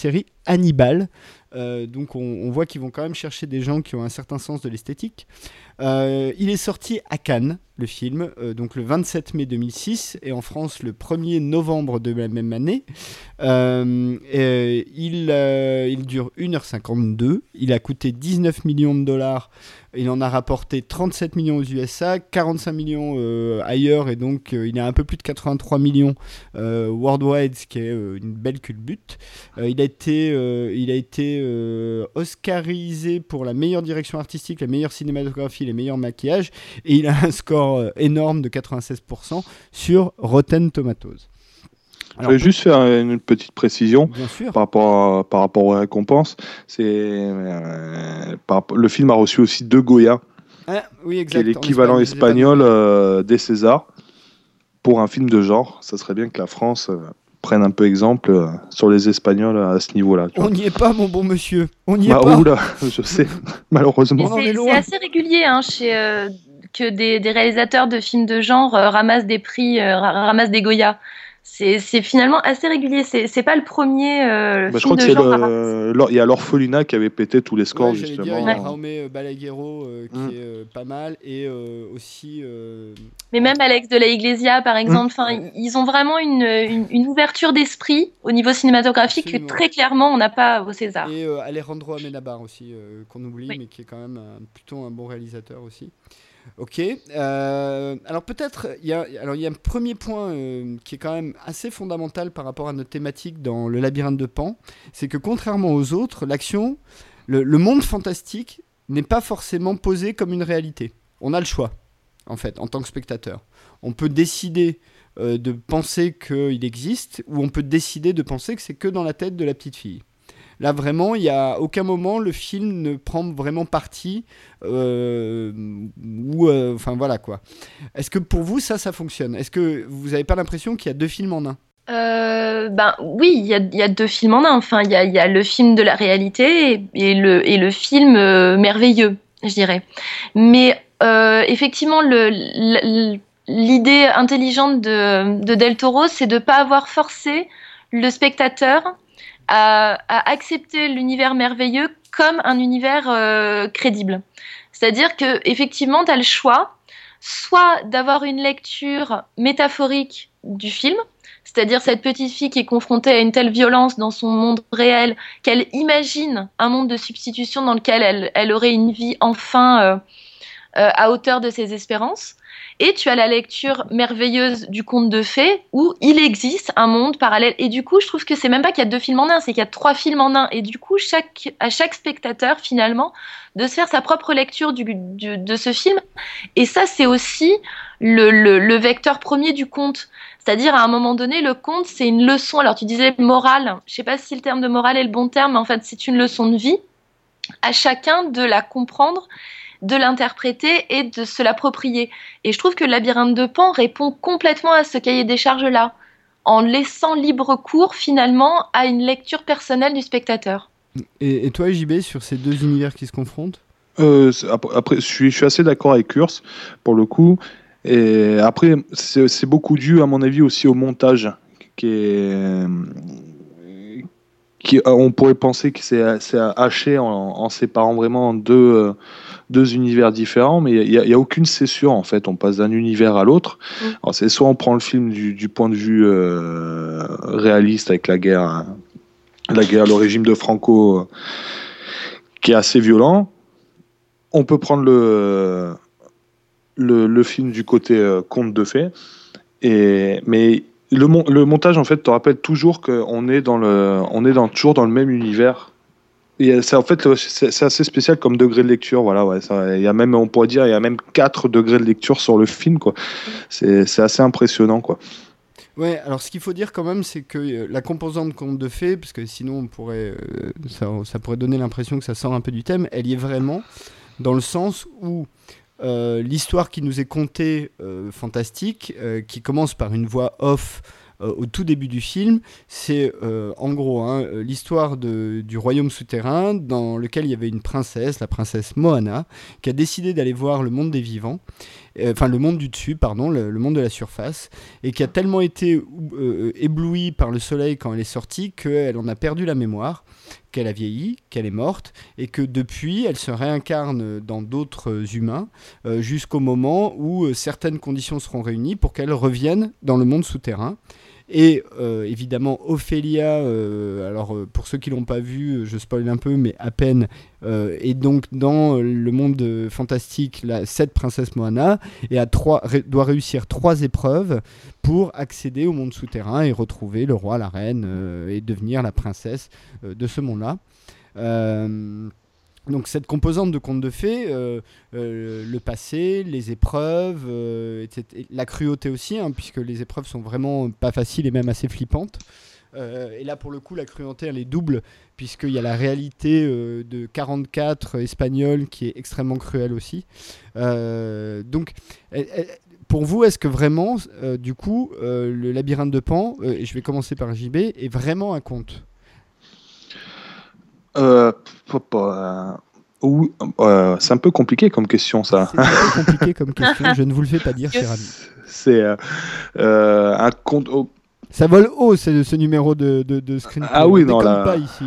Hannibal. Donc on voit qu'ils vont quand même chercher des gens qui ont un certain sens de l'esthétique. Il est sorti à Cannes, le film, donc le 27 mai 2006, et en France le 1er novembre de la même année. Il dure 1h52, il a coûté 19 millions de dollars, il en a rapporté 37 millions aux USA, 45 millions ailleurs, et donc il est à un peu plus de 83 millions worldwide, ce qui est une belle culbute. Il a été oscarisé pour la meilleure direction artistique, la meilleure cinématographie, les meilleurs maquillages, et il a un score énorme de 96% sur Rotten Tomatoes. Je vais juste faire une petite précision par rapport aux récompenses. Le film a reçu aussi 2 Goya, oui, exact, qui est l'équivalent espagnol des Césars pour un film de genre. Ça serait bien que la France prenne un peu exemple sur les Espagnols à ce niveau-là. On n'y est pas, mon bon monsieur. On n'y est pas. Oula, je sais, malheureusement. C'est assez régulier que des réalisateurs de films de genre ramassent des prix, ramassent des Goya. C'est finalement assez régulier. C'est pas le premier film de genre. Il y a l'Orphelinat qui avait pété tous les scores, justement. Il y a Jaume Balaguerro qui est pas mal, et aussi. Mais même Alex de la Iglesia, par exemple, ils ont vraiment une ouverture d'esprit au niveau cinématographique. Absolument. Que très clairement on n'a pas au César. Et Alejandro Amenábar aussi, qu'on oublie, mais qui est quand même plutôt un bon réalisateur aussi. Ok, alors peut-être il y a un premier point qui est quand même assez fondamental par rapport à notre thématique dans le labyrinthe de Pan, c'est que contrairement aux autres, l'action, le monde fantastique n'est pas forcément posé comme une réalité. On a le choix, en fait, en tant que spectateur. On peut décider de penser qu'il existe, ou on peut décider de penser que c'est que dans la tête de la petite fille. Là, vraiment, il n'y a aucun moment le film ne prend vraiment parti. Enfin, voilà, quoi. Est-ce que pour vous, ça fonctionne ? Est-ce que vous n'avez pas l'impression qu'il y a 2 films en un ? Oui, il y a 2 films en un. Enfin, il y a le film de la réalité et le film merveilleux, je dirais. Mais effectivement, l'idée intelligente de Del Toro, c'est de ne pas avoir forcé le spectateur à accepter l'univers merveilleux comme un univers crédible. C'est-à-dire que effectivement, tu as le choix, soit d'avoir une lecture métaphorique du film, c'est-à-dire cette petite fille qui est confrontée à une telle violence dans son monde réel qu'elle imagine un monde de substitution dans lequel elle aurait une vie enfin à hauteur de ses espérances. Et tu as la lecture merveilleuse du conte de fées où il existe un monde parallèle. Et du coup, je trouve que c'est même pas qu'il y a 2 films en un, c'est qu'il y a 3 films en un. Et du coup, à chaque spectateur, finalement, de se faire sa propre lecture de ce film. Et ça, c'est aussi le vecteur premier du conte. C'est-à-dire, à un moment donné, le conte, c'est une leçon. Alors, tu disais morale. Je sais pas si le terme de morale est le bon terme, mais en fait, c'est une leçon de vie. À chacun de la comprendre, de l'interpréter et de se l'approprier. Et je trouve que le labyrinthe de Pan répond complètement à ce cahier des charges-là, en laissant libre cours finalement à une lecture personnelle du spectateur. Et toi, JB, sur ces 2 univers qui se confrontent ? Après, je suis assez d'accord avec Urs, pour le coup. Et après, c'est beaucoup dû, à mon avis, aussi au montage, on pourrait penser que c'est haché en séparant vraiment deux univers différents, mais il y a aucune césure en fait. On passe d'un univers à l'autre. Alors c'est soit on prend le film du point de vue réaliste avec la guerre, le régime de Franco qui est assez violent. On peut prendre le film du côté conte de fées, mais le montage, en fait, te rappelle toujours qu'on est toujours dans le même univers. Et c'est assez spécial comme degré de lecture. Voilà, ouais, il y a même, on pourrait dire, il y a même 4 degrés de lecture sur le film, quoi. C'est assez impressionnant, quoi. Ouais, alors ce qu'il faut dire quand même, c'est que la composante conte de fées, parce que sinon ça pourrait donner l'impression que ça sort un peu du thème, elle y est vraiment dans le sens où l'histoire qui nous est contée, fantastique, qui commence par une voix off au tout début du film, c'est en gros l'histoire du royaume souterrain dans lequel il y avait une princesse, la princesse Moana, qui a décidé d'aller voir le monde des vivants. enfin le monde du dessus, pardon, le monde de la surface, et qui a tellement été éblouie par le soleil quand elle est sortie qu'elle en a perdu la mémoire, qu'elle a vieilli, qu'elle est morte, et que depuis, elle se réincarne dans d'autres humains, jusqu'au moment où certaines conditions seront réunies pour qu'elle revienne dans le monde souterrain. Et évidemment, Ophélia, pour ceux qui ne l'ont pas vu, je spoil un peu, mais à peine, est donc dans le monde fantastique, cette princesse Moana, et doit réussir 3 épreuves pour accéder au monde souterrain et retrouver le roi, la reine, et devenir la princesse de ce monde-là. Donc cette composante de conte de fées, le passé, les épreuves, la cruauté aussi, hein, puisque les épreuves sont vraiment pas faciles et même assez flippantes. Et là pour le coup la cruauté elle est double, puisqu'il y a la réalité de 44 espagnole qui est extrêmement cruelle aussi. Donc pour vous, est-ce que vraiment, du coup, le labyrinthe de Pan, et je vais commencer par JB, est vraiment un conte ? C'est un peu compliqué comme question, ça. C'est un peu compliqué comme question, je ne vous le fais pas dire, cher ami. C'est un conte. Ça vole haut, ce numéro de Screenplay. Ah oui, non, là. Pas ici.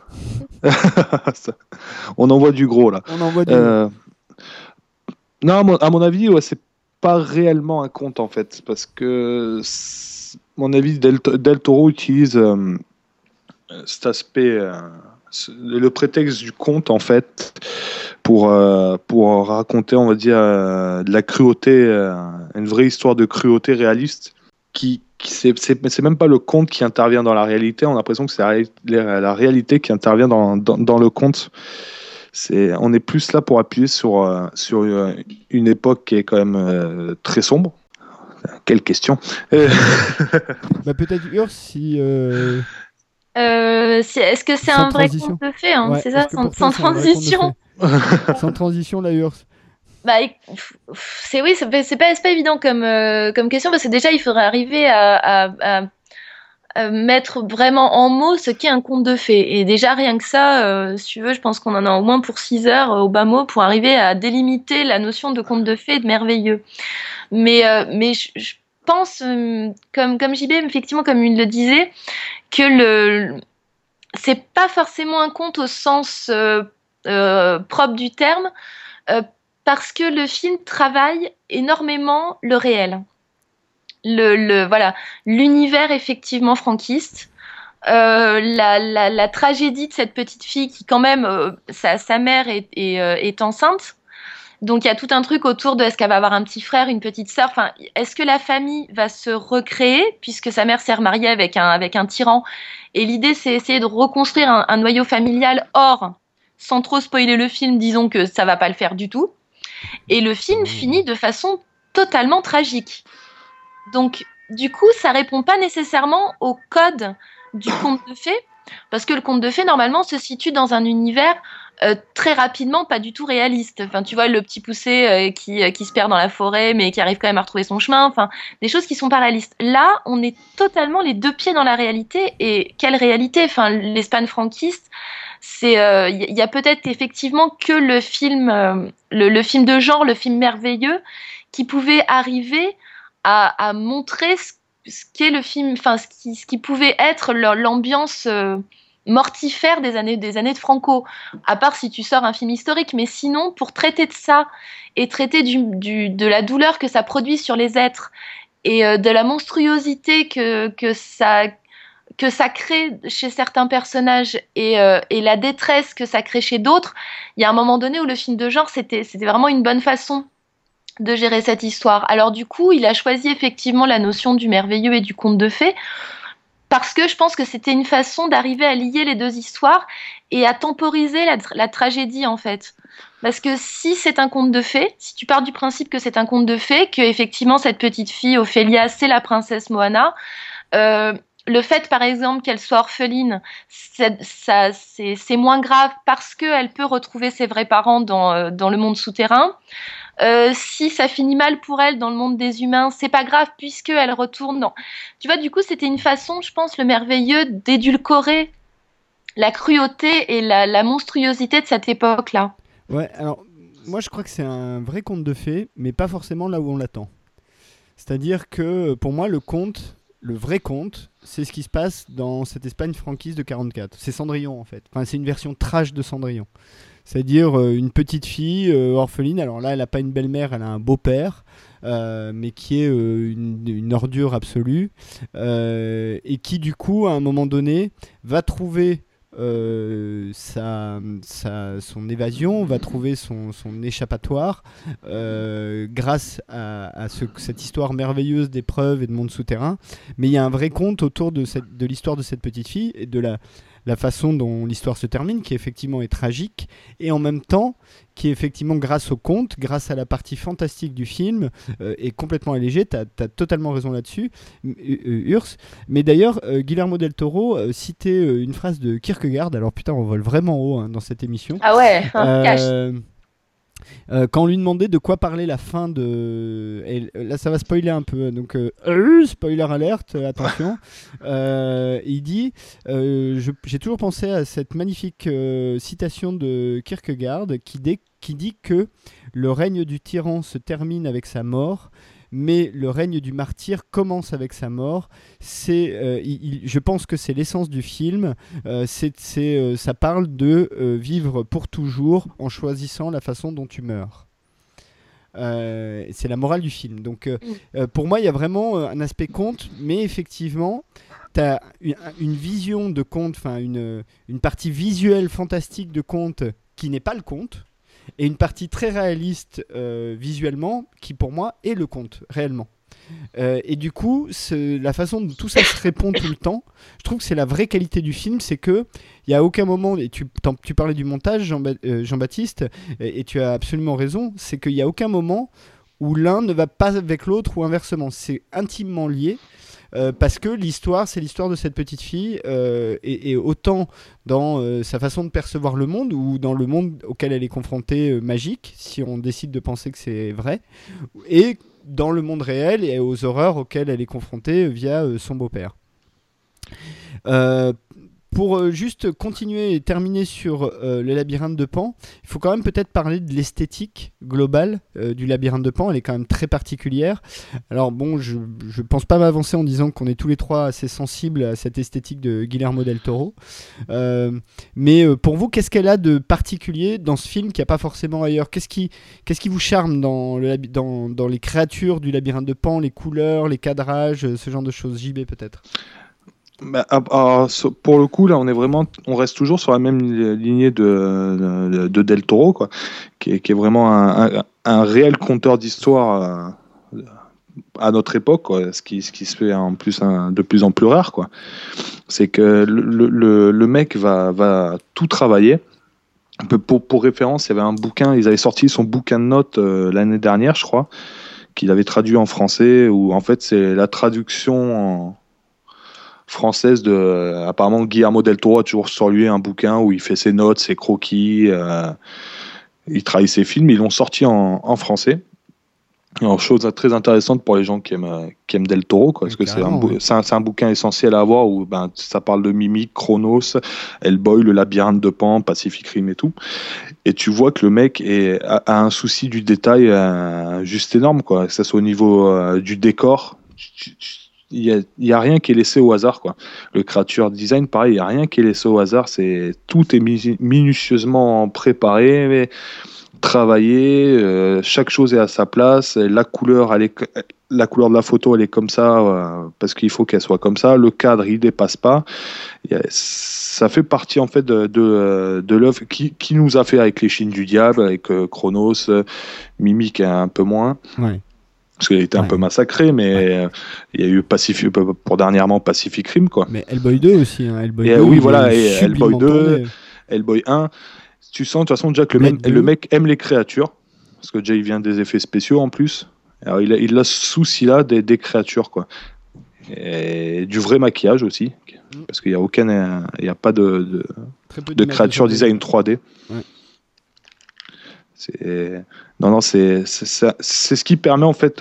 On envoie du gros, là. On envoie du gros. Non, à mon avis, c'est pas réellement un conte, en fait, parce que, à mon avis, Del Toro utilise cet aspect, le prétexte du conte, en fait, pour raconter, on va dire, de la cruauté, une vraie histoire de cruauté réaliste, c'est même pas le conte qui intervient dans la réalité, on a l'impression que c'est la réalité qui intervient dans le conte. On est plus là pour appuyer sur une époque qui est quand même très sombre. Quelle question. Peut-être Urs, si... est-ce que c'est un vrai conte de fées, hein, c'est ça, sans transition. Sans transition, la Urs. C'est pas évident comme question, parce que déjà il faudrait arriver à mettre vraiment en mots ce qu'est un conte de fées. Et déjà rien que ça, si tu veux, je pense qu'on en a au moins pour 6 heures au bas mot pour arriver à délimiter la notion de conte de fées et de merveilleux. Mais je pense, comme JB, effectivement, comme il le disait, que c'est pas forcément un conte au sens propre du terme, parce que le film travaille énormément le réel. Voilà, l'univers effectivement franquiste, la tragédie de cette petite fille qui quand même, sa mère est enceinte. Donc il y a tout un truc autour de est-ce qu'elle va avoir un petit frère, une petite sœur, enfin est-ce que la famille va se recréer puisque sa mère s'est remariée avec un tyran, et l'idée c'est essayer de reconstruire un noyau familial. Or, sans trop spoiler le film, disons que ça va pas le faire du tout, et le film finit de façon totalement tragique. Donc du coup ça répond pas nécessairement au code du conte de fées, parce que le conte de fées normalement se situe dans un univers très rapidement pas du tout réaliste. Enfin, tu vois, le petit poussé qui se perd dans la forêt mais qui arrive quand même à retrouver son chemin, enfin des choses qui sont pas réalistes. Là on est totalement les 2 pieds dans la réalité. Et quelle réalité, enfin l'Espagne franquiste, c'est y a peut-être effectivement que le film le film de genre, le film merveilleux, qui pouvait arriver à montrer ce qu'est le film, enfin ce qui pouvait être l'ambiance mortifère des années de Franco, à part si tu sors un film historique. Mais sinon, pour traiter de ça et traiter de la douleur que ça produit sur les êtres et de la monstruosité que ça crée chez certains personnages et la détresse que ça crée chez d'autres, il y a un moment donné où le film de genre, c'était vraiment une bonne façon de gérer cette histoire. Alors du coup, il a choisi effectivement la notion du merveilleux et du conte de fées, parce que je pense que c'était une façon d'arriver à lier les 2 histoires et à temporiser la tragédie, en fait. Parce que si c'est un conte de fées, si tu pars du principe que c'est un conte de fées, que effectivement cette petite fille, Ophélia, c'est la princesse Moana, le fait, par exemple, qu'elle soit orpheline, c'est moins grave parce qu'elle peut retrouver ses vrais parents dans le monde souterrain. Si ça finit mal pour elle dans le monde des humains, c'est pas grave puisqu'elle retourne. Non. Tu vois, du coup, c'était une façon, je pense, le merveilleux, d'édulcorer la cruauté et la monstruosité de cette époque-là. Ouais, alors moi, je crois que c'est un vrai conte de fées, mais pas forcément là où on l'attend. C'est-à-dire que pour moi, le vrai conte, c'est ce qui se passe dans cette Espagne franquiste de 44. C'est Cendrillon en fait. Enfin, c'est une version trash de Cendrillon. C'est-à-dire une petite fille orpheline. Alors là, elle n'a pas une belle-mère, elle a un beau-père, mais qui est une ordure absolue. Et qui, du coup, à un moment donné, va trouver son évasion, va trouver son échappatoire grâce à cette histoire merveilleuse d'épreuves et de monde souterrain. Mais il y a un vrai conte autour de l'histoire de cette petite fille et de la façon dont l'histoire se termine, qui effectivement est tragique, et en même temps, qui effectivement, grâce au conte, grâce à la partie fantastique du film, est complètement allégée. Tu as totalement raison là-dessus, Urs. Mais d'ailleurs, Guillermo del Toro citait une phrase de Kierkegaard. Alors putain, on vole vraiment haut dans cette émission. Ah ouais, cache. Quand on lui demandait de quoi parlait la fin de... Et là, ça va spoiler un peu, donc spoiler alerte, attention. Il dit j'ai toujours pensé à cette magnifique citation de Kierkegaard qui dit que le règne du tyran se termine avec sa mort, mais le règne du martyr commence avec sa mort. Je pense que c'est l'essence du film. Ça parle de vivre pour toujours en choisissant la façon dont tu meurs. C'est la morale du film. Donc, pour moi, il y a vraiment un aspect conte, mais effectivement, tu as une vision de conte, une partie visuelle fantastique de conte qui n'est pas le conte, et une partie très réaliste visuellement qui pour moi est le conte réellement. Et du coup, la façon dont tout ça se répond tout le temps, je trouve que c'est la vraie qualité du film, c'est que il y a aucun moment, et tu parlais du montage, Jean-Baptiste, et tu as absolument raison, c'est qu'il y a aucun moment où l'un ne va pas avec l'autre ou inversement. C'est intimement lié. Parce que l'histoire, c'est l'histoire de cette petite fille, et autant dans sa façon de percevoir le monde, ou dans le monde auquel elle est confrontée, magique, si on décide de penser que c'est vrai, et dans le monde réel et aux horreurs auxquelles elle est confrontée via son beau-père. Pour juste continuer et terminer sur le labyrinthe de Pan, il faut quand même peut-être parler de l'esthétique globale du labyrinthe de Pan. Elle est quand même très particulière. Alors bon, je pense pas m'avancer en disant qu'on est tous les trois assez sensibles à cette esthétique de Guillermo del Toro. Mais pour vous, qu'est-ce qu'elle a de particulier dans ce film qu'il n'y a pas forcément ailleurs ? Qu'est-ce qui vous charme dans les créatures du labyrinthe de Pan, les couleurs, les cadrages, ce genre de choses ? JB peut-être ? Pour le coup, là, on reste toujours sur la même lignée de Del Toro, quoi, qui est vraiment un réel conteur d'histoire à notre époque, quoi, ce qui se fait en plus de plus en plus rare, quoi. C'est que le mec va tout travailler. Pour référence, il y avait un bouquin, ils avaient sorti son bouquin de notes l'année dernière, je crois, qu'il avait traduit en français, où en fait c'est la traduction française apparemment Guillermo del Toro a toujours sur lui un bouquin où il fait ses notes, ses croquis, il travaille ses films, ils l'ont sorti en français. Alors, chose très intéressante pour les gens qui aiment Del Toro, quoi, parce que c'est un bouquin essentiel à avoir où ça parle de Mimic, Chronos, Hellboy, le labyrinthe de Pan, Pacific Rim et tout. Et tu vois que le mec a un souci du détail juste énorme, quoi, que ça soit au niveau du décor. Il y a rien qui est laissé au hasard, quoi. Le creature design, pareil, il y a rien qui est laissé au hasard. Tout est minutieusement préparé, travaillé. Chaque chose est à sa place. La couleur de la photo, elle est comme ça parce qu'il faut qu'elle soit comme ça. Le cadre, il dépasse pas. Ça fait partie en fait de l'œuvre qui nous a fait avec les Chines du diable, avec Chronos, Mimic un peu moins. Ouais. Parce qu'il a été un peu massacré, mais il y a eu pour dernièrement Pacific Rim, quoi. Mais Hellboy 2 aussi, hein. Hellboy 2. Oui, voilà, et Hellboy 2, Hellboy 1. Tu sens de toute façon déjà que le mec aime les créatures, parce que déjà il vient des effets spéciaux en plus. Alors il a ce souci-là des créatures, quoi. Et du vrai maquillage aussi, parce qu'il n'y a pas de créature design 3D. Ouais. C'est ce qui permet en fait,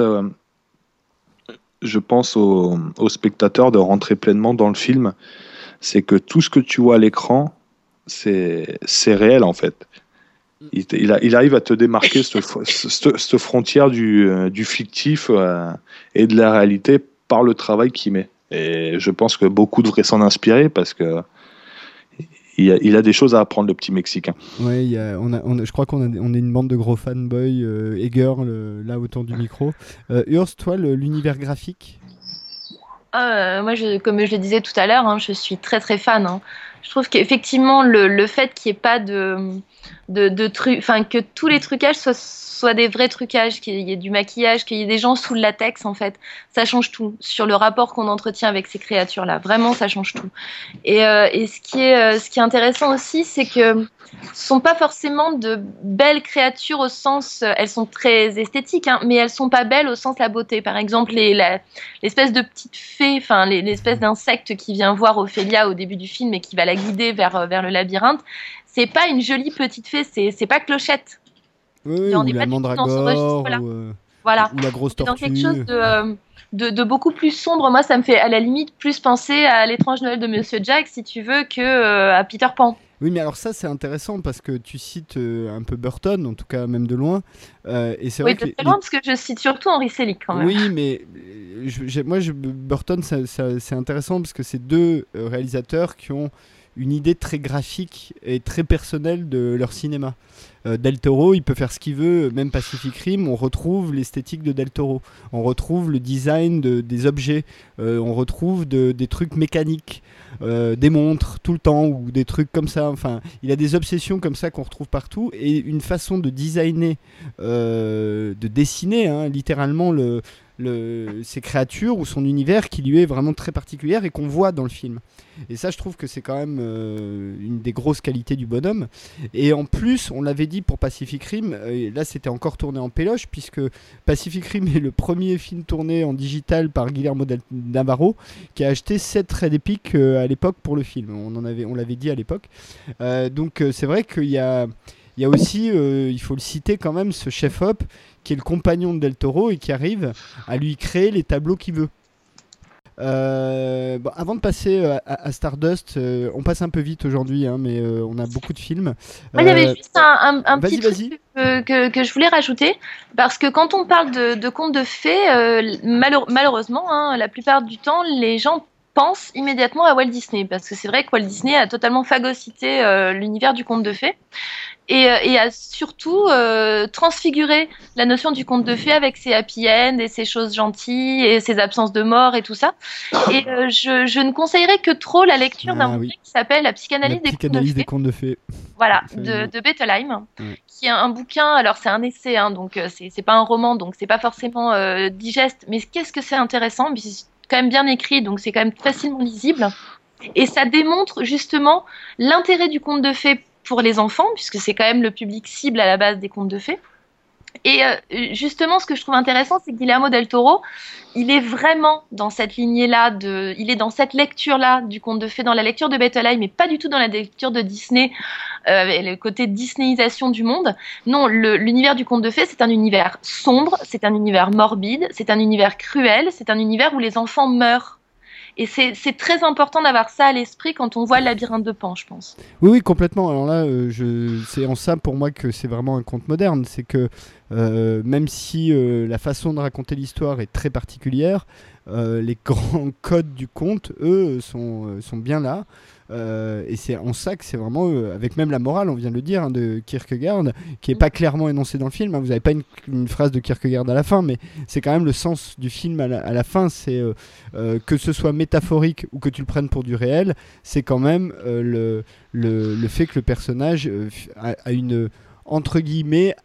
je pense aux spectateurs de rentrer pleinement dans le film. C'est que tout ce que tu vois à l'écran, c'est réel en fait. il arrive à te démarquer cette frontière du fictif et de la réalité par le travail qu'il met. Et je pense que beaucoup devraient s'en inspirer parce que il a des choses à apprendre, le petit Mexicain. Ouais, je crois qu'on est une bande de gros fanboys et girls là autour du micro. Urs, toi, l'univers graphique? Moi, comme je le disais tout à l'heure, hein, je suis très très fan. Hein. Je trouve qu'effectivement, le fait qu'il n'y ait pas de trucs, enfin que tous les trucages soient des vrais trucages, qu'il y ait du maquillage, qu'il y ait des gens sous le latex, en fait, ça change tout sur le rapport qu'on entretient avec ces créatures-là. Vraiment, ça change tout. Et ce qui est intéressant aussi, c'est que ce sont pas forcément de belles créatures au sens, elles sont très esthétiques, hein, mais elles sont pas belles au sens la beauté. Par exemple, l'espèce de petite fée, enfin l'espèce d'insecte qui vient voir Ophélia au début du film et qui va la guider vers le labyrinthe. C'est pas une jolie petite fée, c'est pas Clochette. Oui, on ou n'est la pas du tout dans ce mandragore, registre-là. Voilà. ou la grosse C'est dans tortue. quelque chose de beaucoup plus sombre. Moi, ça me fait à la limite plus penser à l'étrange Noël de Monsieur Jack, si tu veux, que à Peter Pan. Oui, mais alors ça, c'est intéressant parce que tu cites un peu Burton, en tout cas même de loin. Et c'est vrai Oui, de très loin, parce que je cite surtout Henry Selick quand même. Oui, mais Burton, c'est intéressant parce que c'est deux réalisateurs qui ont une idée très graphique et très personnelle de leur cinéma. Del Toro, il peut faire ce qu'il veut, même Pacific Rim, on retrouve l'esthétique de Del Toro, on retrouve le design des objets, on retrouve des trucs mécaniques, des montres tout le temps ou des trucs comme ça. Enfin, il a des obsessions comme ça qu'on retrouve partout et une façon de designer, de dessiner hein, littéralement ces créatures ou son univers qui lui est vraiment très particulière et qu'on voit dans le film. Et ça, je trouve que c'est quand même une des grosses qualités du bonhomme. Et en plus, on l'avait dit pour Pacific Rim, là c'était encore tourné en péloche, puisque Pacific Rim est le premier film tourné en digital par Guillermo del Navarro, qui a acheté 7 Red Epic à l'époque pour le film. On l'avait dit à l'époque. Donc c'est vrai qu'il y a aussi, il faut le citer quand même, ce chef-op qui est le compagnon de Del Toro et qui arrive à lui créer les tableaux qu'il veut. Avant de passer à Stardust, on passe un peu vite aujourd'hui, hein, mais on a beaucoup de films. Il y avait juste un petit vas-y. truc que je voulais rajouter, parce que quand on parle de contes de fées, malheureusement, hein, la plupart du temps, les gens pensent immédiatement à Walt Disney, parce que c'est vrai que Walt Disney a totalement phagocyté l'univers du conte de fées. Et a surtout transfiguré la notion du conte de fées avec ses happy end et ses choses gentilles et ses absences de mort et tout ça. Et je ne conseillerais que trop la lecture d'un bouquin qui s'appelle La psychanalyse des contes de fées. Voilà, de Bettelheim, qui est un bouquin, alors c'est un essai, hein, donc c'est pas un roman, donc c'est pas forcément digeste, mais qu'est-ce que c'est intéressant, puis c'est quand même bien écrit, donc c'est quand même facilement lisible. Et ça démontre justement l'intérêt du conte de fées pour les enfants, puisque c'est quand même le public cible à la base des contes de fées. Et justement, ce que je trouve intéressant, c'est que Guillermo del Toro, il est vraiment dans cette lignée-là, il est dans cette lecture-là du conte de fées, dans la lecture de Bettelheim, mais pas du tout dans la lecture de Disney, le côté Disneyisation du monde. Non, l'univers du conte de fées, c'est un univers sombre, c'est un univers morbide, c'est un univers cruel, c'est un univers où les enfants meurent. Et c'est très important d'avoir ça à l'esprit quand on voit le labyrinthe de Pan, je pense. Oui, complètement. Alors là, c'est en ça pour moi que c'est vraiment un conte moderne. C'est que même si la façon de raconter l'histoire est très particulière, les grands codes du conte, eux, sont bien là. Et c'est en ça que c'est vraiment, avec même la morale, on vient de le dire, hein, de Kierkegaard, qui n'est pas clairement énoncée dans le film. Hein. Vous n'avez pas une phrase de Kierkegaard à la fin, mais c'est quand même le sens du film à la fin. C'est que ce soit métaphorique ou que tu le prennes pour du réel, c'est quand même le fait que le personnage a une, entre guillemets,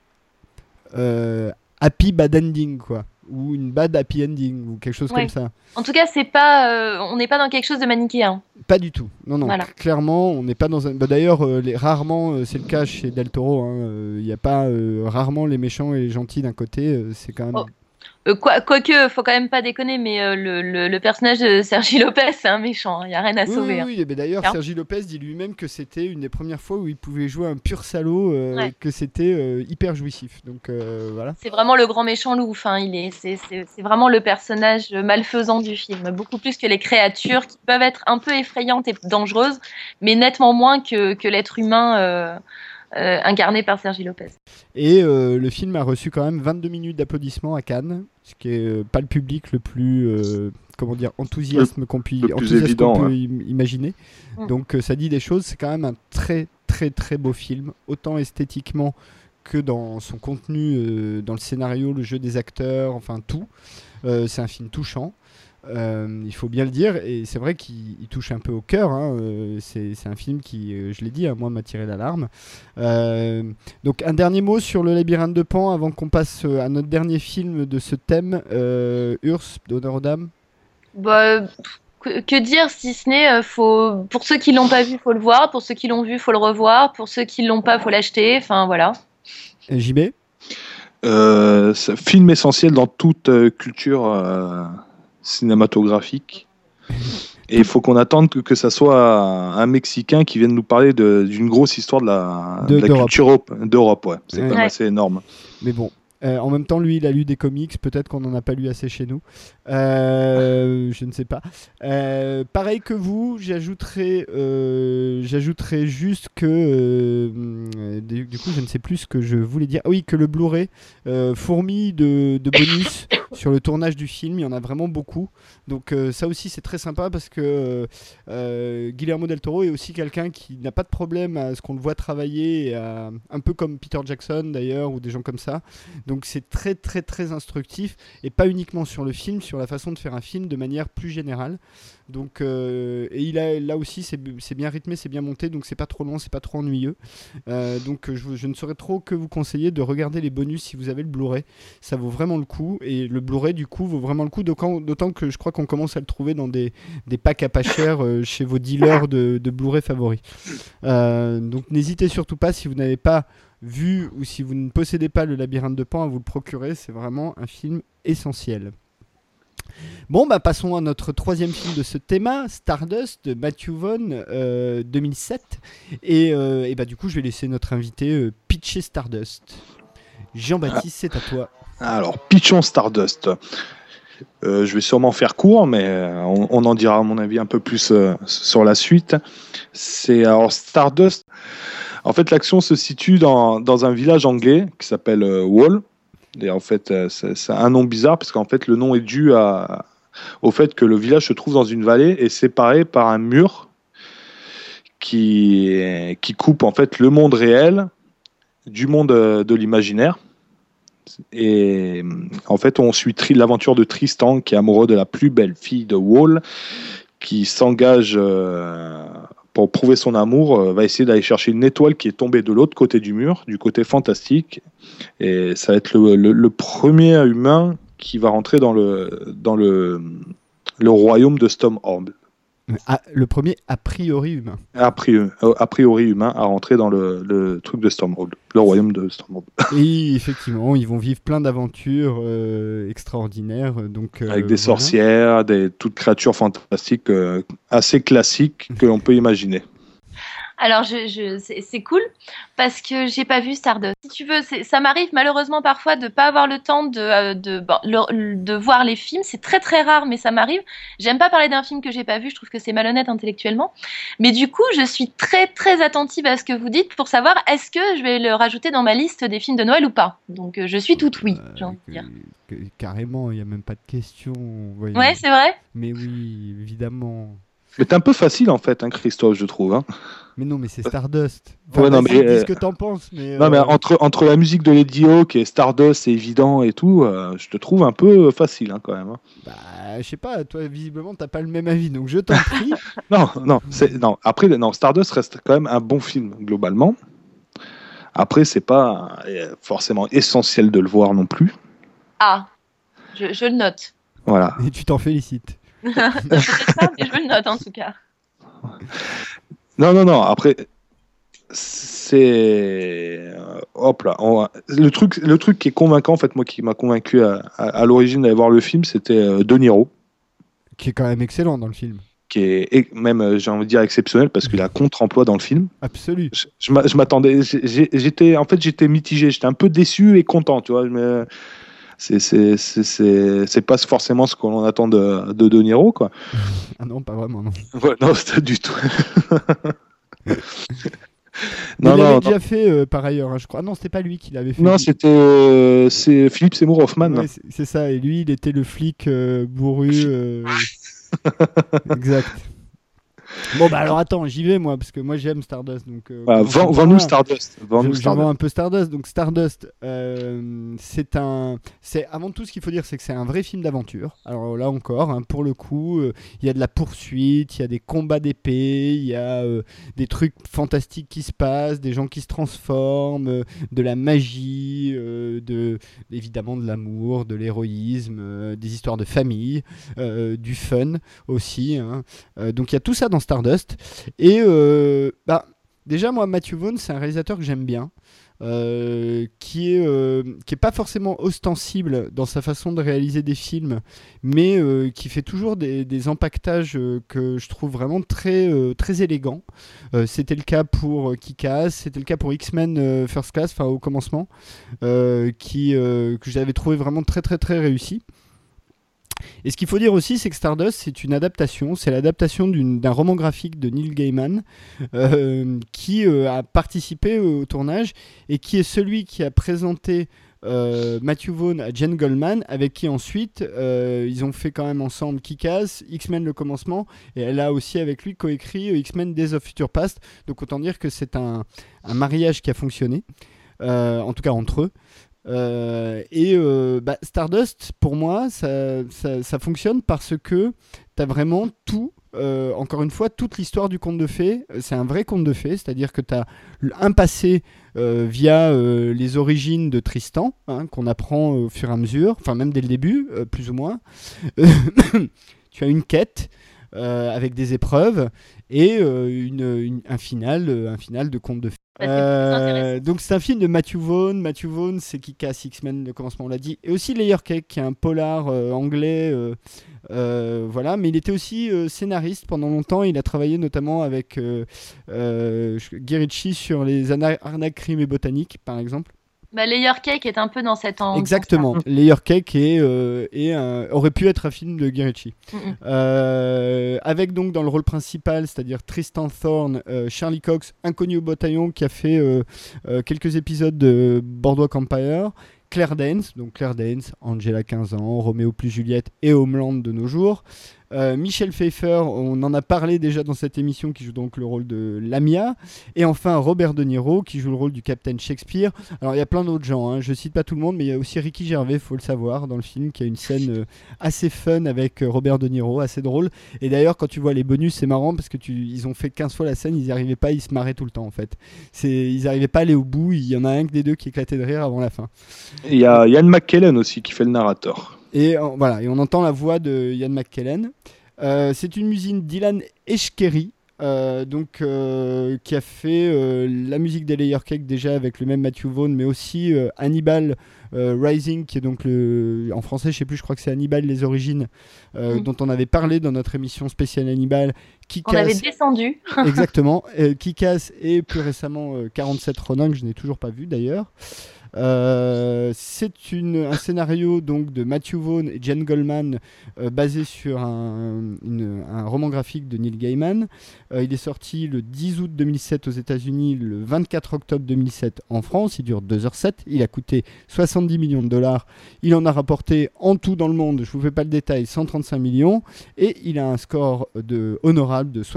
happy bad ending, quoi. Ou une bad happy ending, ou quelque chose comme ça. En tout cas, c'est pas, on n'est pas dans quelque chose de manichéen. Pas du tout. Non. Voilà. Clairement, on n'est pas dans un. D'ailleurs, rarement, c'est le cas chez Del Toro. Il n'y a pas rarement les méchants et les gentils d'un côté. C'est quand même. Oh. Quoique, faut quand même pas déconner, mais le personnage de Sergi Lopez, c'est un méchant, il n'y a rien à sauver. Oui, mais d'ailleurs, Sergi Lopez dit lui-même que c'était une des premières fois où il pouvait jouer un pur salaud, que c'était hyper jouissif. Donc voilà. C'est vraiment le grand méchant loup, enfin, c'est vraiment le personnage malfaisant du film, beaucoup plus que les créatures qui peuvent être un peu effrayantes et dangereuses, mais nettement moins que l'être humain incarné par Sergi Lopez. Et le film a reçu quand même 22 minutes d'applaudissements à Cannes, ce qui est pas le public le plus enthousiasme qu'on peut imaginer. Donc ça dit des choses. C'est quand même un très très très beau film, autant esthétiquement que dans son contenu, dans le scénario, le jeu des acteurs, enfin tout. C'est un film touchant. Il faut bien le dire, et c'est vrai qu'il touche un peu au cœur, hein. C'est un film qui, je l'ai dit, moi m'a tiré l'alarme. Donc un dernier mot sur le labyrinthe de Pan avant qu'on passe à notre dernier film de ce thème. Urs, d'honneur aux dames. Que dire si ce n'est pour ceux qui l'ont pas vu, faut le voir, pour ceux qui l'ont vu, faut le revoir, pour ceux qui l'ont pas, faut l'acheter, enfin voilà. JB. Film essentiel dans toute culture cinématographique. Et il faut qu'on attende que ça soit un Mexicain qui vienne nous parler d'une grosse histoire de la culture d'Europe. Ouais. C'est quand même assez énorme. Mais bon, en même temps, lui, il a lu des comics. Peut-être qu'on n'en a pas lu assez chez nous. Je ne sais pas. Pareil que vous, j'ajouterais juste que... du coup, je ne sais plus ce que je voulais dire. Ah oui, que le Blu-ray fourmille de bonus sur le tournage du film. Il y en a vraiment beaucoup. Donc ça aussi, c'est très sympa parce que Guillermo del Toro est aussi quelqu'un qui n'a pas de problème à ce qu'on le voit travailler, un peu comme Peter Jackson d'ailleurs, ou des gens comme ça. Donc c'est très très très instructif, et pas uniquement sur le film, sur la façon de faire un film de manière plus générale. Donc et là aussi c'est bien rythmé, c'est bien monté, donc c'est pas trop long, c'est pas trop ennuyeux. Donc je ne saurais trop que vous conseiller de regarder les bonus si vous avez le Blu-ray. Ça vaut vraiment le coup, et le Blu-ray du coup vaut vraiment le coup, d'autant que je crois qu'on commence à le trouver dans des packs à pas cher chez vos dealers de Blu-ray favoris. Donc n'hésitez surtout pas, si vous n'avez pas vu ou si vous ne possédez pas le labyrinthe de Pan, à vous le procurer. C'est vraiment un film essentiel. Bon, passons à notre troisième film de ce thème, Stardust de Matthew Vaughn, 2007. Et du coup, je vais laisser notre invité pitcher Stardust. Jean-Baptiste, c'est à toi. Alors, pitchons Stardust. Je vais sûrement faire court, mais on en dira à mon avis un peu plus sur la suite. Alors Stardust. En fait, l'action se situe dans un village anglais qui s'appelle Wall. Et en fait, c'est un nom bizarre parce qu'en fait, le nom est dû au fait que le village se trouve dans une vallée et séparé par un mur qui coupe en fait le monde réel du monde de l'imaginaire. Et en fait, on suit l'aventure de Tristan, qui est amoureux de la plus belle fille de Wall, qui s'engage pour prouver son amour, va essayer d'aller chercher une étoile qui est tombée de l'autre côté du mur, du côté fantastique. Et ça va être le premier humain qui va rentrer dans le royaume de Stormhold. Le premier a priori humain. A priori humain à rentrer dans le truc de Stormhold, le royaume de Stormhold. Et effectivement, ils vont vivre plein d'aventures extraordinaires. Donc, avec des sorcières, toutes créatures fantastiques assez classiques que l'on peut imaginer. Alors, c'est cool parce que j'ai pas vu Stardust. Si tu veux, ça m'arrive malheureusement parfois de pas avoir le temps de voir les films. C'est très très rare, mais ça m'arrive. J'aime pas parler d'un film que j'ai pas vu. Je trouve que c'est malhonnête intellectuellement. Mais du coup, je suis très très attentive à ce que vous dites pour savoir est-ce que je vais le rajouter dans ma liste des films de Noël ou pas. Donc, je suis toute oui, j'ai envie de dire. Carrément, il y a même pas de question. Voyez. Ouais, c'est vrai. Mais oui, évidemment. Mais t'es un peu facile en fait, Christophe, je trouve. Hein. Mais non, mais c'est Stardust. Enfin, ouais, non, mais dis ce que t'en penses. Mais, non, mais entre la musique de Lady Hawk et Stardust, c'est évident et tout, je te trouve un peu facile quand même. Hein. Je sais pas, toi visiblement t'as pas le même avis, donc je t'en prie. non. Après, Stardust reste quand même un bon film globalement. Après, c'est pas forcément essentiel de le voir non plus. Ah, je le note. Voilà. Et tu t'en félicites. Peut-être pas, mais je le note en tout cas. Non. Après, c'est hop là. Le truc qui est convaincant, en fait, moi qui m'a convaincu à l'origine d'aller voir le film, c'était De Niro, qui est quand même excellent dans le film. Qui est même, j'ai envie de dire, exceptionnel parce qu'il a contre-emploi dans le film. Absolument. Je m'attendais. J'étais mitigé. J'étais un peu déçu et content, tu vois. C'est pas forcément ce qu'on attend de Niro, quoi. Ah non, pas vraiment, non. Ouais, non, c'est du tout. Mais il l'avait déjà fait par ailleurs, hein, je crois. Non, c'était pas lui qui l'avait fait. Non, c'est Philippe Seymour Hoffman. Ouais, c'est ça. Et lui, il était le flic bourru. Exact. Bon, bah alors attends, j'y vais moi, parce que moi j'aime Stardust. Donc, vends-nous Stardust. J'en un peu Stardust. Donc Stardust, c'est avant tout ce qu'il faut dire, c'est que c'est un vrai film d'aventure. Alors là encore, hein, pour le coup, il y a de la poursuite, il y a des combats d'épée, il y a des trucs fantastiques qui se passent, des gens qui se transforment, de la magie, évidemment de l'amour, de l'héroïsme, des histoires de famille, du fun aussi. Hein. Donc il y a tout ça dans Stardust. Et déjà, moi, Matthew Vaughn, c'est un réalisateur que j'aime bien, qui est pas forcément ostensible dans sa façon de réaliser des films, mais qui fait toujours des empaquetages que je trouve vraiment très, très élégants. C'était le cas pour Kick-Ass, c'était le cas pour X-Men First Class, au commencement, que j'avais trouvé vraiment très, très, très réussi. Et ce qu'il faut dire aussi, c'est que Stardust, c'est une adaptation, c'est l'adaptation d'un roman graphique de Neil Gaiman qui a participé au tournage et qui est celui qui a présenté Matthew Vaughn à Jen Goldman, avec qui ensuite ils ont fait quand même ensemble Kick-Ass, X-Men le commencement, et elle a aussi avec lui coécrit X-Men Days of Future Past. Donc autant dire que c'est un mariage qui a fonctionné, en tout cas entre eux. Stardust, pour moi, ça fonctionne parce que tu as vraiment tout, encore une fois, toute l'histoire du conte de fées. C'est un vrai conte de fées, c'est-à-dire que tu as un passé via les origines de Tristan, hein, qu'on apprend au fur et à mesure, enfin même dès le début, plus ou moins. Tu as une quête avec des épreuves et un final de conte de fées. Donc c'est un film de Matthew Vaughn. Matthew Vaughn, c'est Kick-Ass, X-Men, le commencement on l'a dit, et aussi Layer Cake, qui est un polar anglais, voilà. Mais il était aussi scénariste pendant longtemps. Il a travaillé notamment avec Guy Ritchie sur les arnaques, crimes et botaniques, par exemple. Layer Cake est un peu dans cette ambiance. Exactement. Layer Cake aurait pu être un film de Guy Ritchie. Avec donc dans le rôle principal, c'est-à-dire Tristan Thorne, Charlie Cox, inconnu au bataillon, qui a fait quelques épisodes de Boardwalk Empire, Claire Danes, Angela 15 ans, Roméo plus Juliette et Homeland de nos jours. Michel Pfeiffer, on en a parlé déjà dans cette émission, qui joue donc le rôle de Lamia. Et enfin Robert De Niro, qui joue le rôle du Captain Shakespeare. Alors il y a plein d'autres gens, hein, je cite pas tout le monde, mais il y a aussi Ricky Gervais, faut le savoir, dans le film, qui a une scène assez fun avec Robert De Niro, assez drôle. Et d'ailleurs, quand tu vois les bonus, c'est marrant parce que ils ont fait 15 fois la scène, ils n'y arrivaient pas, ils se marraient tout le temps en fait. Ils n'arrivaient pas à aller au bout, il y en a un des deux qui éclatait de rire avant la fin. Il y a Ian McKellen aussi qui fait le narrateur. Et voilà, et on entend la voix de Ian McKellen. C'est une musique d'Ilan Eshkeri, qui a fait la musique des Layer Cake déjà avec le même Matthew Vaughn, mais aussi Hannibal Rising, qui est donc en français, je crois que c'est Hannibal les origines, dont on avait parlé dans notre émission spéciale Hannibal. On avait descendu. Exactement. Kick-Ass et plus récemment 47 Ronin, que je n'ai toujours pas vu d'ailleurs. C'est un scénario donc de Matthew Vaughn et Jen Goldman, basé sur un roman graphique de Neil Gaiman. Il est sorti le 10 août 2007 aux États-Unis, le 24 octobre 2007 en France. Il dure 2h07. Il a coûté 70 millions de dollars. Il en a rapporté en tout dans le monde, je vous fais pas le détail, 135 millions. Et il a un score honorable de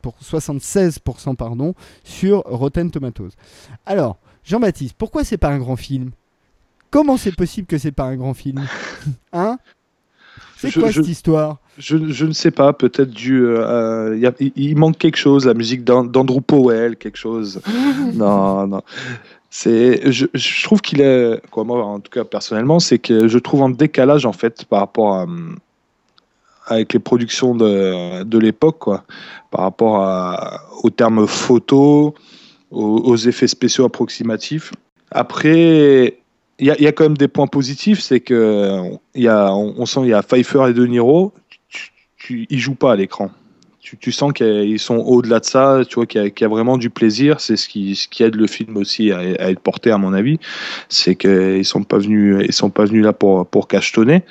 76% sur Rotten Tomatoes. Alors, Jean-Baptiste, pourquoi c'est pas un grand film ? Comment c'est possible que c'est pas un grand film ? Hein ? C'est quoi cette histoire ? Je ne sais pas, peut-être il manque quelque chose, la musique d'Andrew Powell, quelque chose. Non. Je trouve qu'il est, moi en tout cas personnellement, c'est que je trouve en décalage en fait par rapport avec les productions de l'époque, quoi, par rapport aux termes photo, aux effets spéciaux approximatifs. Après, il y a quand même des points positifs, c'est que on sent qu'il y a Pfeiffer et De Niro, ils jouent pas à l'écran. Tu sens qu'ils sont au-delà de ça, tu vois qu'il y a vraiment du plaisir. C'est ce qui aide le film aussi à être porté, à mon avis. C'est qu'ils sont pas venus là pour cachetonner.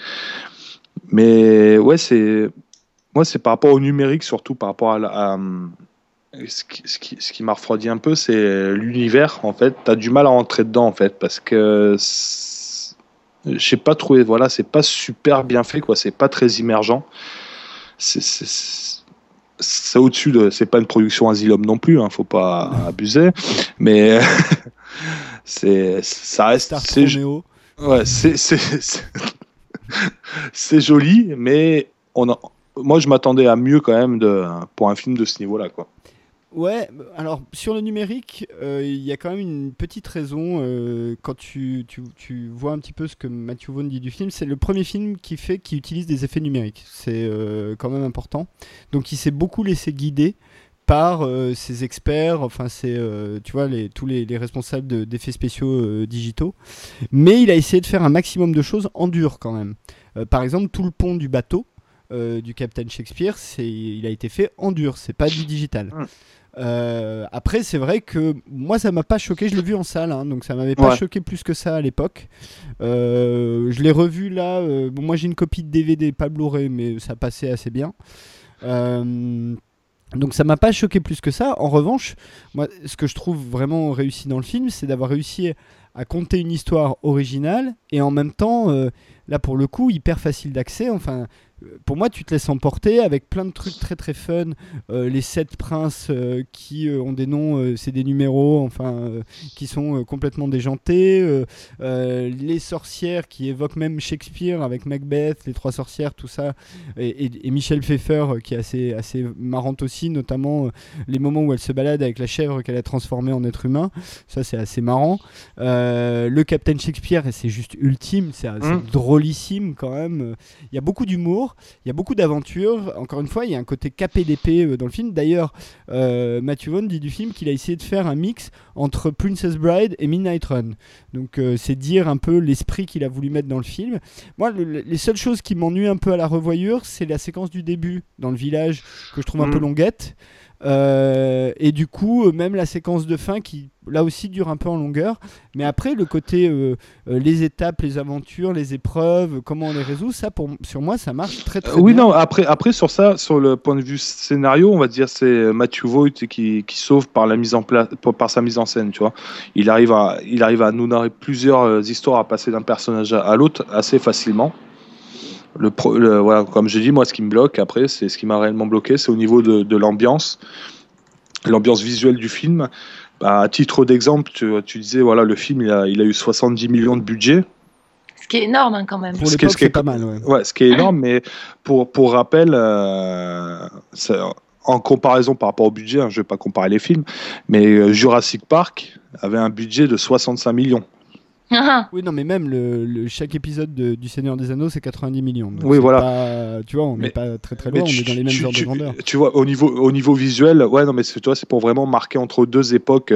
Mais ouais, c'est par rapport au numérique, surtout par rapport à ce qui m'a refroidi un peu, c'est l'univers, en fait. T'as du mal à rentrer dedans, en fait, parce que j'ai pas trouvé, voilà, c'est pas super bien fait, quoi. C'est pas très immergent. C'est au-dessus c'est pas une production Asylum non plus, hein, faut pas abuser, mais ça reste, ouais, c'est joli, mais moi je m'attendais à mieux quand même pour un film de ce niveau-là, quoi. Ouais, alors sur le numérique, il y a quand même une petite raison. Quand tu vois un petit peu ce que Matthew Vaughn dit du film, c'est le premier film qui utilise des effets numériques. C'est quand même important. Donc il s'est beaucoup laissé guider par ses experts, enfin tu vois, tous les responsables d'effets spéciaux digitaux. Mais il a essayé de faire un maximum de choses en dur quand même. Par exemple, tout le pont du bateau du Captain Shakespeare, il a été fait en dur, c'est pas du digital. Après, c'est vrai que moi, ça m'a pas choqué. Je l'ai vu en salle, hein, donc ça m'avait pas choqué plus que ça à l'époque. Je l'ai revu là. Bon, moi, j'ai une copie de DVD, pas Blu-ray, mais ça passait assez bien. Donc ça m'a pas choqué plus que ça. En revanche, moi, ce que je trouve vraiment réussi dans le film, c'est d'avoir réussi à conter une histoire originale et en même temps, là pour le coup, hyper facile d'accès. Enfin, pour moi, tu te laisses emporter avec plein de trucs très très fun. Les 7 princes qui ont des noms, c'est des numéros, enfin, qui sont complètement déjantés. Les sorcières qui évoquent même Shakespeare avec Macbeth, les 3 sorcières, tout ça. Et Michelle Pfeiffer qui est assez marrante aussi, notamment les moments où elle se balade avec la chèvre qu'elle a transformée en être humain. Ça, c'est assez marrant. Le Captain Shakespeare, et c'est juste ultime, c'est drôlissime quand même. Il y a beaucoup d'humour. Il y a beaucoup d'aventures. Encore une fois, il y a un côté capé d'épée dans le film. D'ailleurs, Matthew Vaughn dit du film qu'il a essayé de faire un mix entre Princess Bride et Midnight Run. Donc, c'est dire un peu l'esprit qu'il a voulu mettre dans le film. Moi, les seules choses qui m'ennuient un peu à la revoyure, c'est la séquence du début dans le village que je trouve un peu longuette. Et du coup, même la séquence de fin qui, là aussi, dure un peu en longueur. Mais après, le côté les étapes, les aventures, les épreuves, comment on les résout, ça, sur moi, ça marche très très bien. Oui, non, après sur ça, sur le point de vue scénario, on va dire c'est Matthew Vaughn qui sauve par la mise en place, par sa mise en scène, tu vois. Il arrive à nous narrer plusieurs histoires, à passer d'un personnage à l'autre assez facilement. Voilà, comme je dis, moi, ce qui me bloque après, c'est ce qui m'a réellement bloqué, c'est au niveau de l'ambiance visuelle du film. Bah, à titre d'exemple, tu disais, voilà, le film, il a eu 70 millions de budget. Ce qui est énorme, hein, quand même. Pour l'époque, c'est pas mal, ouais. Ouais, ce qui est énorme, mais pour rappel, en comparaison par rapport au budget, hein, je vais pas comparer les films, mais Jurassic Park avait un budget de 65 millions. Oui, non, mais même chaque épisode du Seigneur des Anneaux, c'est 90 millions. Donc oui, voilà. Pas, tu vois, on n'est pas très très loin, on est dans les mêmes genres de grandeur. Tu vois, au niveau visuel, ouais, non, mais tu vois, c'est pour vraiment marquer entre deux époques,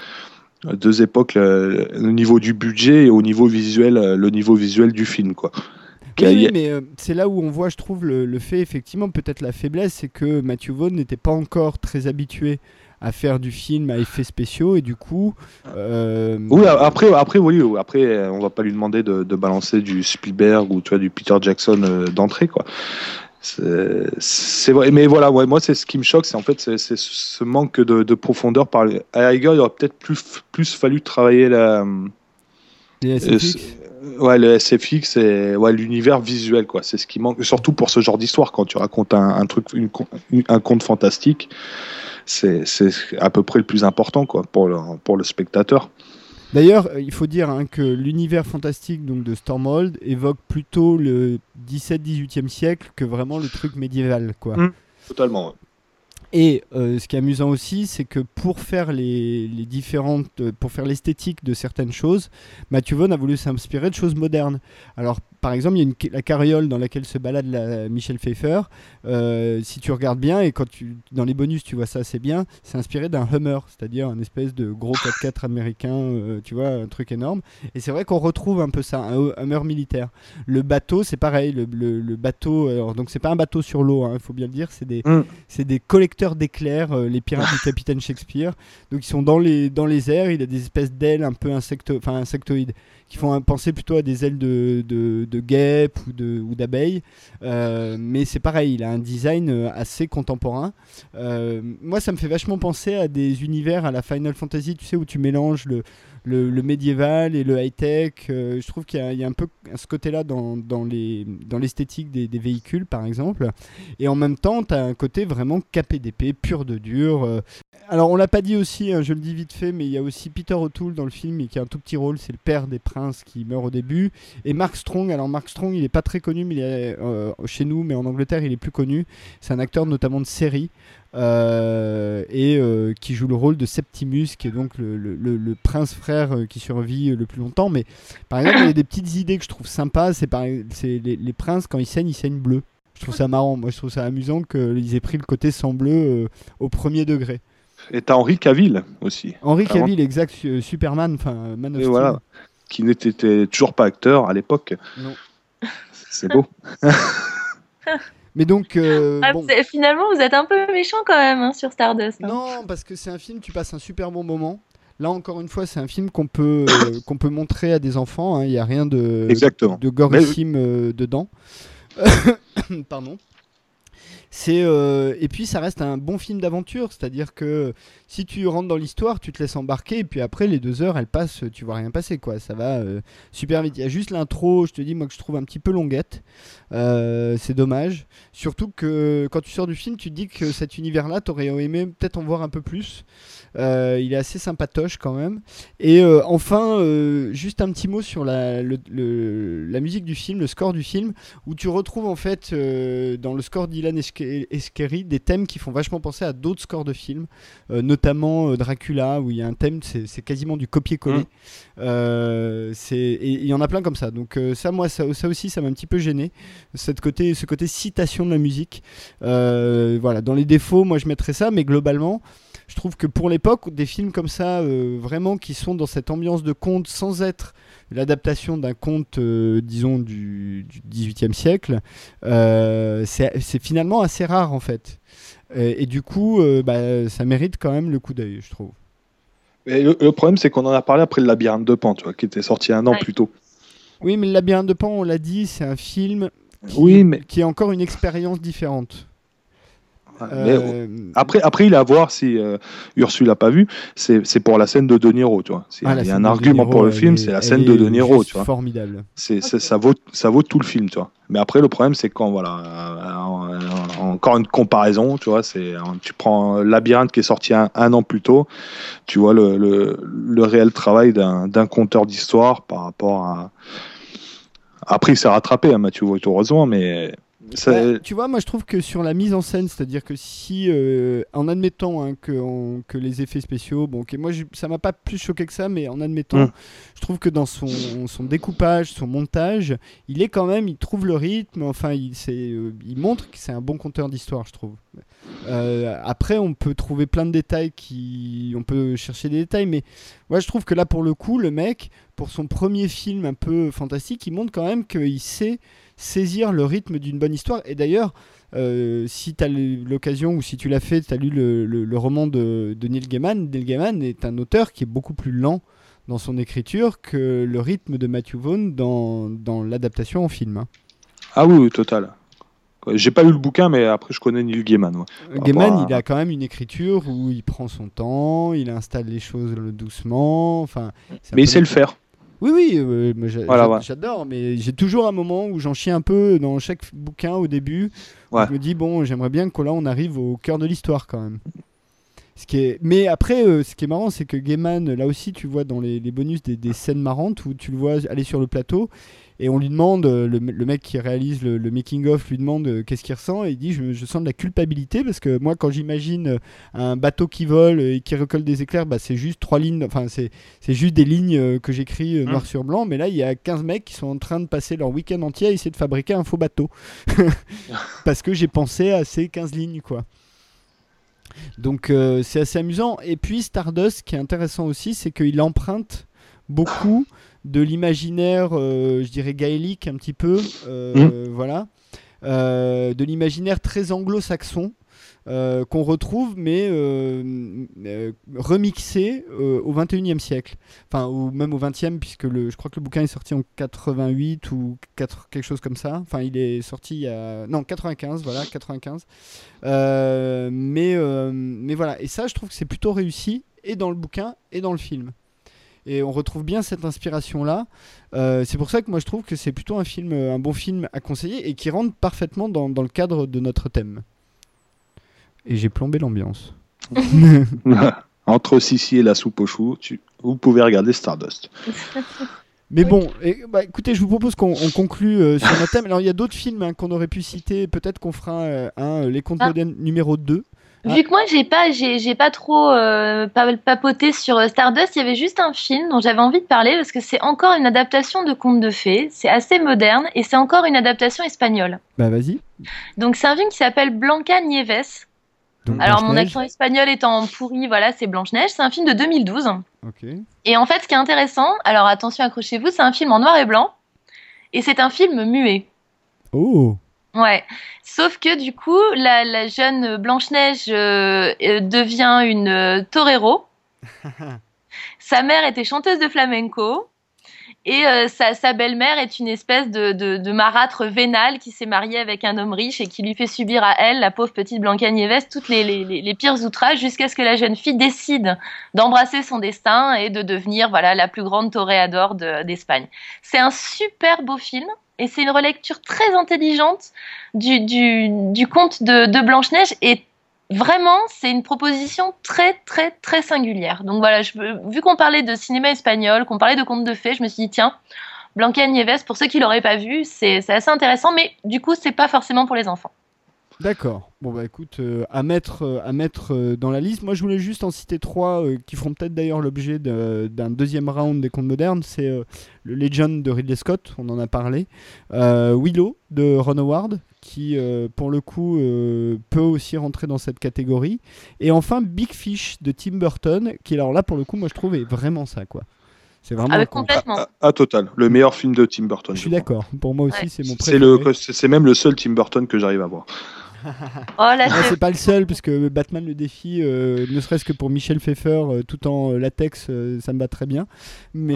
le niveau du budget et au niveau visuel, le niveau visuel du film, quoi. Oui, mais c'est là où on voit, je trouve, le fait, effectivement, peut-être la faiblesse, c'est que Matthew Vaughn n'était pas encore très habitué à faire du film à effets spéciaux et du coup oui, après on va pas lui demander de balancer du Spielberg ou tu vois du Peter Jackson d'entrée, quoi. C'est vrai, mais voilà, ouais, moi c'est ce qui me choque, c'est en fait c'est ce manque de profondeur. À la rigueur, il aurait peut-être plus fallu travailler les SFX. Le SFX et l'univers visuel, quoi. C'est ce qui manque, surtout pour ce genre d'histoire. Quand tu racontes un truc, un conte fantastique, c'est à peu près le plus important, quoi, pour le spectateur. D'ailleurs, il faut dire que l'univers fantastique donc, de Stormhold évoque plutôt le 17-18e siècle que vraiment le truc médiéval, quoi. Totalement, ouais. Et ce qui est amusant aussi, c'est que pour faire pour faire l'esthétique de certaines choses, Matthew Vaughn a voulu s'inspirer de choses modernes. Alors, par exemple, il y a la carriole dans laquelle se balade Michelle Pfeiffer. Si tu regardes bien, et dans les bonus, tu vois ça assez bien, c'est inspiré d'un Hummer, c'est-à-dire un espèce de gros 4x4 américain, tu vois, un truc énorme. Et c'est vrai qu'on retrouve un peu ça, un Hummer militaire. Le bateau, c'est pareil. Le bateau, alors, donc c'est pas un bateau sur l'eau, il faut bien le dire, c'est des collecteurs d'éclairs, les pirates du Capitaine Shakespeare. Donc ils sont dans les airs, il a des espèces d'ailes un peu insectoïdes qui font penser plutôt à des ailes de guêpe ou d'abeille. Mais c'est pareil, il a un design assez contemporain. Moi, ça me fait vachement penser à des univers à la Final Fantasy, tu sais, où tu mélanges le médiéval et le high-tech. Je trouve qu'il y a un peu ce côté-là dans l'esthétique des véhicules, par exemple. Et en même temps, tu as un côté vraiment KPDP, pur de dur. Alors, on l'a pas dit aussi, hein, je le dis vite fait, mais il y a aussi Peter O'Toole dans le film, qui a un tout petit rôle, c'est le père des princes qui meurt au début. Et Mark Strong, alors Mark Strong, il est pas très connu, mais il est chez nous, mais en Angleterre, il est plus connu. C'est un acteur notamment de série. Qui joue le rôle de Septimus, qui est donc le prince frère qui survit le plus longtemps. Mais par exemple, il y a des petites idées que je trouve sympas. C'est les princes, quand ils saignent bleu. Je trouve ça marrant. Moi, je trouve ça amusant qu'ils aient pris le côté sang bleu au premier degré. Et t'as Henry Cavill aussi. Henry Cavill, exact, Superman, enfin Man of Steel. Voilà, qui n'était toujours pas acteur à l'époque. Non. C'est beau. Mais donc, bon. Finalement, vous êtes un peu méchant quand même hein, sur Stardust. Hein. Non, parce que c'est un film, tu passes un super bon moment. Là, encore une fois, c'est un film qu'on peut montrer à des enfants. Hein. Il n'y a rien de gorissime dedans. Pardon. Et puis ça reste un bon film d'aventure, c'est-à-dire que si tu rentres dans l'histoire, tu te laisses embarquer et puis après les 2 heures elles passent, tu vois rien passer quoi, ça va super vite. Il y a juste l'intro, je te dis moi que je trouve un petit peu longuette, c'est dommage, surtout que quand tu sors du film tu te dis que cet univers-là t'aurais aimé peut-être en voir un peu plus. Il est assez sympatoche quand même. Et enfin, juste un petit mot sur la musique du film, le score du film, où tu retrouves en fait dans le score d'Ilan Eskeri des thèmes qui font vachement penser à d'autres scores de films, notamment Dracula, où il y a un thème, c'est quasiment du copier-coller. Et il y en a plein comme ça. Donc ça aussi, ça m'a un petit peu gêné, ce côté citation de la musique. Voilà, dans les défauts, moi je mettrais ça, mais globalement, je trouve que pour l'époque, des films comme ça, vraiment qui sont dans cette ambiance de conte sans être l'adaptation d'un conte, disons, du XVIIIe siècle, c'est finalement assez rare en fait. Et du coup, ça mérite quand même le coup d'œil, je trouve. Et le problème, c'est qu'on en a parlé après le Labyrinthe de Pan, tu vois, qui était sorti un an plus tôt. Oui, mais le Labyrinthe de Pan, on l'a dit, c'est un film qui est encore une expérience différente. Après, il est à voir si Ursule l'a pas vu. C'est pour la scène de De Niro, tu vois. Il y a un argument pour le film, c'est la scène de De Niro, tu vois. Formidable. Ça vaut tout le film, tu vois. Mais après, le problème, c'est quand encore une comparaison, tu vois. Tu prends Labyrinthe qui est sorti un an plus tôt, tu vois le réel travail d'un conteur d'histoire par rapport à. Après, il s'est rattrapé, hein, Matthew Vaughn, heureusement, mais. Tu vois, moi je trouve que sur la mise en scène, c'est-à-dire que si, en admettant hein, que les effets spéciaux, bon, moi ça m'a pas plus choqué que ça, mais en admettant, je trouve que dans son découpage, son montage, il trouve le rythme, enfin il montre que c'est un bon conteur d'histoire, je trouve. Après, on peut trouver plein de détails, on peut chercher des détails, mais moi je trouve que là pour le coup, le mec, pour son premier film un peu fantastique, il montre quand même qu'il sait saisir le rythme d'une bonne histoire. Et d'ailleurs, si tu as l'occasion ou si tu l'as fait, tu as lu le roman de Neil Gaiman. Neil Gaiman est un auteur qui est beaucoup plus lent dans son écriture que le rythme de Matthew Vaughn dans l'adaptation en film. Hein. Ah oui, total. J'ai pas lu le bouquin, mais après je connais Neil Gaiman. Ouais. Gaiman, il a quand même une écriture où il prend son temps, il installe les choses doucement. Enfin, mais il sait le faire. Oui, j'adore, mais j'ai toujours un moment où j'en chie un peu dans chaque bouquin au début. Ouais. Je me dis, bon, j'aimerais bien que là on arrive au cœur de l'histoire quand même. Mais après, ce qui est marrant, c'est que Gaiman, là aussi, tu vois dans les bonus des scènes marrantes où tu le vois aller sur le plateau et on lui demande, le mec qui réalise le making-of lui demande qu'est-ce qu'il ressent et il dit je sens de la culpabilité parce que moi, quand j'imagine un bateau qui vole et qui recolle des éclairs, c'est juste 3 lignes, enfin, c'est juste des lignes que j'écris noir sur blanc, mais là, il y a 15 mecs qui sont en train de passer leur week-end entier à essayer de fabriquer un faux bateau parce que j'ai pensé à ces 15 lignes, quoi. Donc c'est assez amusant. Et puis Stardust, ce qui est intéressant aussi, c'est qu'il emprunte beaucoup de l'imaginaire, je dirais gaélique un petit peu, voilà, de l'imaginaire très anglo-saxon. qu'on retrouve, mais remixé au 21e siècle. Enfin, ou même au 20e, puisque je crois que le bouquin est sorti en 88 ou quelque chose comme ça. Enfin, il est sorti il y a... Non, 95, voilà, 95. Mais voilà, et ça, je trouve que c'est plutôt réussi, et dans le bouquin, et dans le film. Et on retrouve bien cette inspiration-là. C'est pour ça que moi je trouve que c'est plutôt un bon film à conseiller et qui rentre parfaitement dans le cadre de notre thème. Et j'ai plombé l'ambiance. Entre Sissi et la soupe aux choux, vous pouvez regarder Stardust. Mais bon, écoutez, je vous propose qu'on conclue sur notre thème. Alors il y a d'autres films qu'on aurait pu citer. Peut-être qu'on fera Les Contes modernes numéro 2. Vu que moi j'ai pas trop papoté sur Stardust, il y avait juste un film dont j'avais envie de parler parce que c'est encore une adaptation de contes de fées, c'est assez moderne et c'est encore une adaptation espagnole. Bah vas-y. Donc c'est un film qui s'appelle Blanca Nieves. Donc, alors mon accent espagnol étant pourri, voilà, c'est Blanche-Neige, c'est un film de 2012. Ok. Et en fait ce qui est intéressant, alors attention accrochez-vous, c'est un film en noir et blanc et c'est un film muet. Oh. Ouais, sauf que du coup, la jeune Blanche-Neige devient une torero. Sa mère était chanteuse de flamenco et sa belle-mère est une espèce de marâtre vénale qui s'est mariée avec un homme riche et qui lui fait subir à elle, la pauvre petite Blanca Nieves, toutes les pires outrages jusqu'à ce que la jeune fille décide d'embrasser son destin et de devenir voilà la plus grande toréador d'Espagne. C'est un super beau film. Et c'est une relecture très intelligente du conte de Blanche-Neige. Et vraiment, c'est une proposition très, très, très singulière. Donc voilà, vu qu'on parlait de cinéma espagnol, qu'on parlait de contes de fées, je me suis dit, tiens, Blanca Nieves, pour ceux qui ne l'auraient pas vu, c'est assez intéressant. Mais du coup, c'est pas forcément pour les enfants. D'accord. Bon bah écoute, à mettre dans la liste. Moi je voulais juste en citer 3 qui feront peut-être d'ailleurs l'objet d'un deuxième round des contes modernes. C'est le Legend de Ridley Scott, on en a parlé. Willow de Ron Howard, qui pour le coup peut aussi rentrer dans cette catégorie. Et enfin Big Fish de Tim Burton, qui alors là pour le coup moi je trouve est vraiment ça quoi. C'est vraiment complètement. Total. Le meilleur film de Tim Burton. Je suis d'accord. Pour moi aussi c'est mon préféré. C'est même le seul Tim Burton que j'arrive à voir. C'est pas le seul, puisque Batman le défi, ne serait-ce que pour Michel Pfeiffer, tout en latex, ça me va très bien. Mais